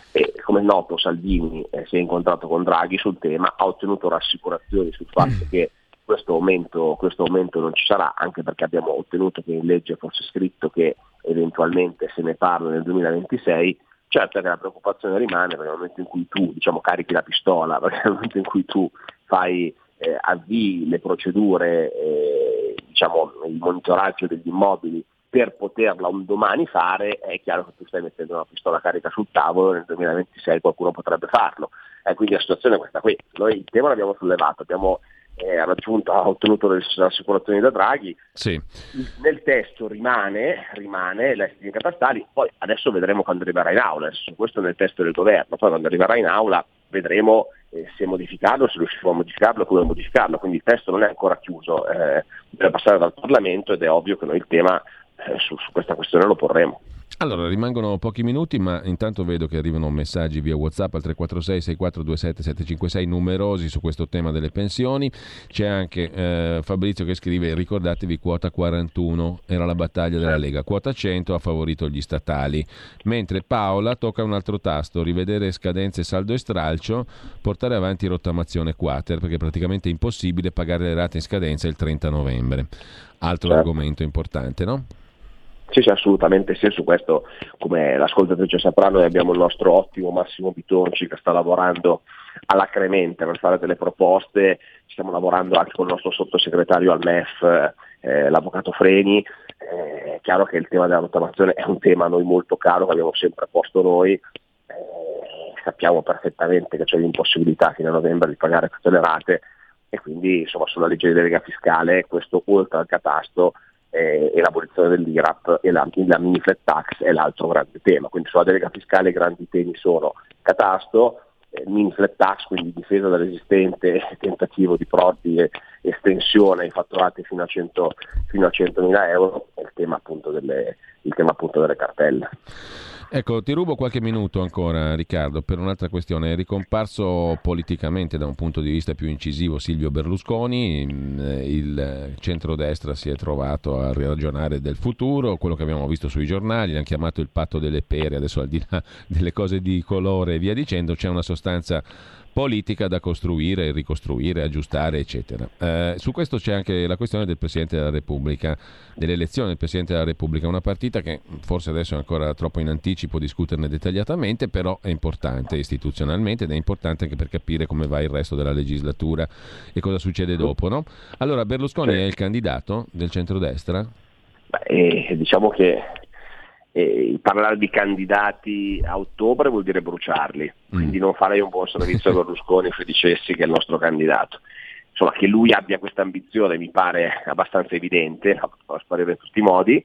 E come è noto Salvini eh, si è incontrato con Draghi sul tema, ha ottenuto rassicurazioni sul fatto che questo aumento, questo aumento non ci sarà, anche perché abbiamo ottenuto che in legge fosse scritto che eventualmente se ne parla nel duemilaventisei. Certo che la preoccupazione rimane, perché nel momento in cui tu diciamo carichi la pistola, perché nel momento in cui tu fai eh, avvii le procedure, eh, diciamo il monitoraggio degli immobili per poterla un domani fare, è chiaro che tu stai mettendo una pistola carica sul tavolo, nel duemilaventisei qualcuno potrebbe farlo. E quindi la situazione è questa qui. Noi il tema l'abbiamo sollevato, abbiamo eh, raggiunto, ha ottenuto le assicurazioni da Draghi. Sì. Nel testo rimane, rimane le stime catastali, poi adesso vedremo quando arriverà in aula, adesso questo è nel testo del governo, poi quando arriverà in aula vedremo eh, se modificarlo, se riusciremo a modificarlo, come modificarlo, quindi il testo non è ancora chiuso, eh, deve passare dal Parlamento ed è ovvio che noi il tema eh, su, su questa questione lo porremo. Allora, rimangono pochi minuti, ma intanto vedo che arrivano messaggi via WhatsApp al tre quattro sei sei quattro due sette sette cinque sei, numerosi su questo tema delle pensioni. C'è anche eh, Fabrizio che scrive: ricordatevi quota quarantuno, era la battaglia della Lega, quota cento ha favorito gli statali, mentre Paola tocca un altro tasto, rivedere scadenze saldo e stralcio, portare avanti rottamazione quater, perché è praticamente impossibile pagare le rate in scadenza il trenta novembre. Altro certo. Argomento importante, no? Sì, sì, assolutamente sì, su questo, come l'ascoltatrice saprà, noi abbiamo il nostro ottimo Massimo Bitonci che sta lavorando alacremente per fare delle proposte, stiamo lavorando anche con il nostro sottosegretario al M E F, eh, l'avvocato Freni. Eh, è chiaro che il tema della rottamazione è un tema a noi molto caro, che abbiamo sempre posto noi, eh, sappiamo perfettamente che c'è l'impossibilità fino a novembre di pagare tutte le rate e quindi insomma sulla legge di delega fiscale questo oltre al catasto e l'abolizione dell'I R A P e la, la mini flat tax è l'altro grande tema. Quindi sulla delega fiscale i grandi temi sono catasto, eh, mini flat tax, quindi difesa dall'esistente, tentativo di prodi e estensione ai fatturati fino a cento fino a centomila euro e il tema appunto delle, il tema appunto delle cartelle. Ecco, ti rubo qualche minuto ancora, Riccardo, per un'altra questione. È ricomparso politicamente da un punto di vista più incisivo Silvio Berlusconi, il centrodestra si è trovato a ragionare del futuro, quello che abbiamo visto sui giornali, l'hanno chiamato il patto delle pere, adesso al di là delle cose di colore e via dicendo, c'è una sostanza politica da costruire, ricostruire, aggiustare, eccetera. Eh, su questo c'è anche la questione del Presidente della Repubblica, dell'elezione del Presidente della Repubblica, una partita che forse adesso è ancora troppo in anticipo discuterne dettagliatamente, però è importante istituzionalmente ed è importante anche per capire come va il resto della legislatura e cosa succede dopo, no? Allora, Berlusconi è il candidato del centrodestra? Beh, eh, diciamo che E parlare di candidati a ottobre vuol dire bruciarli, quindi non farei un buon servizio a Berlusconi se dicessi che è il nostro candidato. Insomma, che lui abbia questa ambizione mi pare abbastanza evidente, la fa sparire in tutti i modi.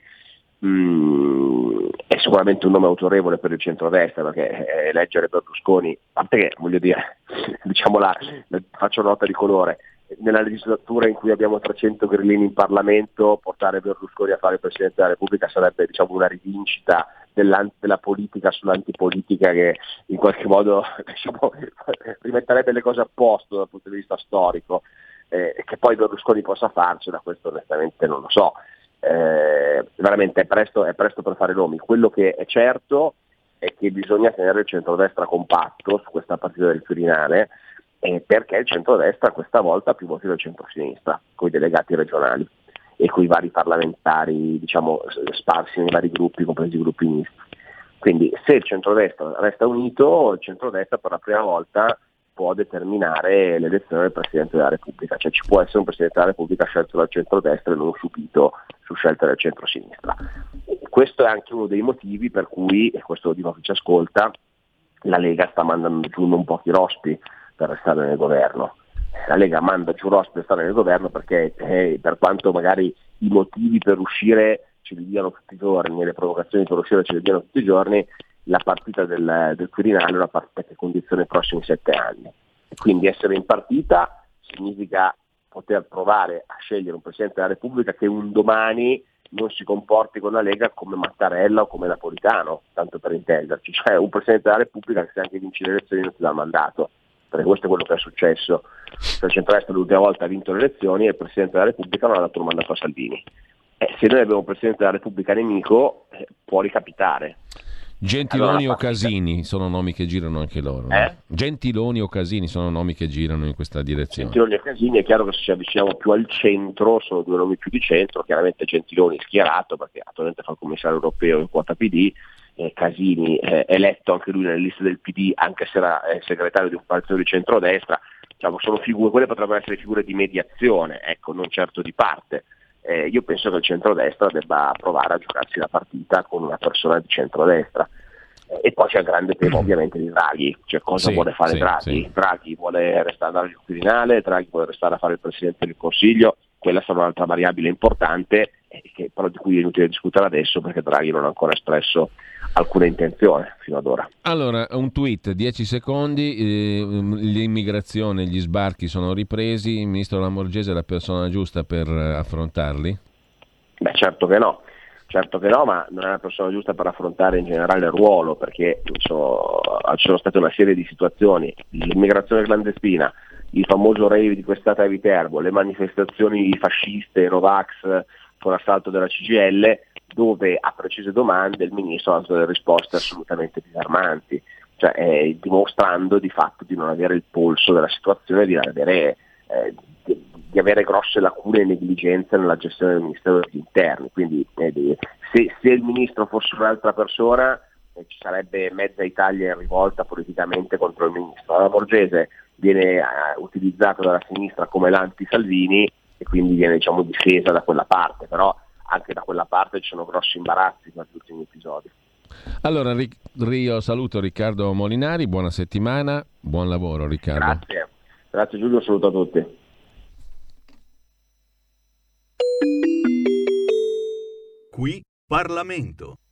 Mm, è sicuramente un nome autorevole per il centrodestra, perché eleggere Berlusconi, a parte che voglio dire, diciamola, faccio nota di colore, nella legislatura in cui abbiamo trecento grillini in Parlamento, portare Berlusconi a fare il Presidente della Repubblica sarebbe diciamo una rivincita della politica sull'antipolitica che in qualche modo diciamo, rimetterebbe le cose a posto dal punto di vista storico, eh, che poi Berlusconi possa farcela, questo onestamente non lo so. Eh, veramente è presto, è presto per fare nomi. Quello che è certo è che bisogna tenere il centrodestra compatto su questa partita del Quirinale, eh, perché il centrodestra questa volta ha più voti del centrosinistra, con i delegati regionali e con i vari parlamentari diciamo sparsi nei vari gruppi, compresi i gruppi misti. Quindi se il centrodestra resta unito, il centrodestra per la prima volta può determinare l'elezione del Presidente della Repubblica, cioè ci può essere un Presidente della Repubblica scelto dal centrodestra e non subito su scelta del centrosinistra. Questo è anche uno dei motivi per cui, e questo lo dico a chi ci ascolta, la Lega sta mandando giù non pochi rospi per restare nel governo. La Lega manda giù rospi per stare nel governo perché eh, per quanto magari i motivi per uscire ce li diano tutti i giorni, le provocazioni per uscire ce li diano tutti i giorni, la partita del, del Quirinale è una partita che condiziona i prossimi sette anni. Quindi essere in partita significa poter provare a scegliere un Presidente della Repubblica che un domani non si comporti con la Lega come Mattarella o come Napolitano, tanto per intenderci, cioè un Presidente della Repubblica che se anche vince le elezioni non ti dà il mandato, perché questo è quello che è successo. Il centrodestra l'ultima volta ha vinto le elezioni e il Presidente della Repubblica non ha dato il mandato a Salvini. Eh, se noi abbiamo un Presidente della Repubblica nemico eh, può ricapitare. Gentiloni allora, o Casini sono nomi che girano anche loro. Eh? No? Gentiloni o Casini sono nomi che girano in questa direzione. Gentiloni e Casini, è chiaro che se ci avviciniamo più al centro, sono due nomi più di centro, chiaramente Gentiloni schierato perché attualmente fa il commissario europeo in quota P D, eh, Casini eh, eletto anche lui nelle liste del P D anche se era eh, segretario di un partito di centrodestra, diciamo, sono figure, quelle potrebbero essere figure di mediazione, ecco, non certo di parte. Eh, io penso che il centrodestra debba provare a giocarsi la partita con una persona di centrodestra. Eh, e poi c'è il grande tema ovviamente di Draghi, cioè cosa sì, vuole fare sì, Draghi? Sì. Draghi vuole restare al Quirinale, Draghi vuole restare a fare il Presidente del Consiglio, quella sarà un'altra variabile importante, eh, che però di cui è inutile discutere adesso perché Draghi non ha ancora espresso alcuna intenzione fino ad ora. Allora, un tweet, dieci secondi, eh, l'immigrazione, gli sbarchi sono ripresi, il ministro Lamorgese è la persona giusta per affrontarli? Beh, certo che no, certo che no, ma non è la persona giusta per affrontare in generale il ruolo, perché so, ci sono state una serie di situazioni, l'immigrazione clandestina, il famoso rave di quest'estate a Viterbo, le manifestazioni fasciste, Novax, con l'assalto della C G I L, dove a precise domande il ministro ha dato delle risposte assolutamente disarmanti, cioè eh, dimostrando di fatto di non avere il polso della situazione, di avere, eh, di, di avere grosse lacune e negligenze nella gestione del Ministero degli Interni. Quindi eh, se, se il ministro fosse un'altra persona eh, ci sarebbe mezza Italia in rivolta politicamente contro il ministro. La Borgese viene eh, utilizzato dalla sinistra come l'anti-Salvini e quindi viene, diciamo, difesa da quella parte, però anche da quella parte ci sono grossi imbarazzi per gli ultimi episodi. Allora io saluto Riccardo Molinari, buona settimana, buon lavoro Riccardo. Grazie, grazie Giulio, saluto a tutti. Qui Parlamento.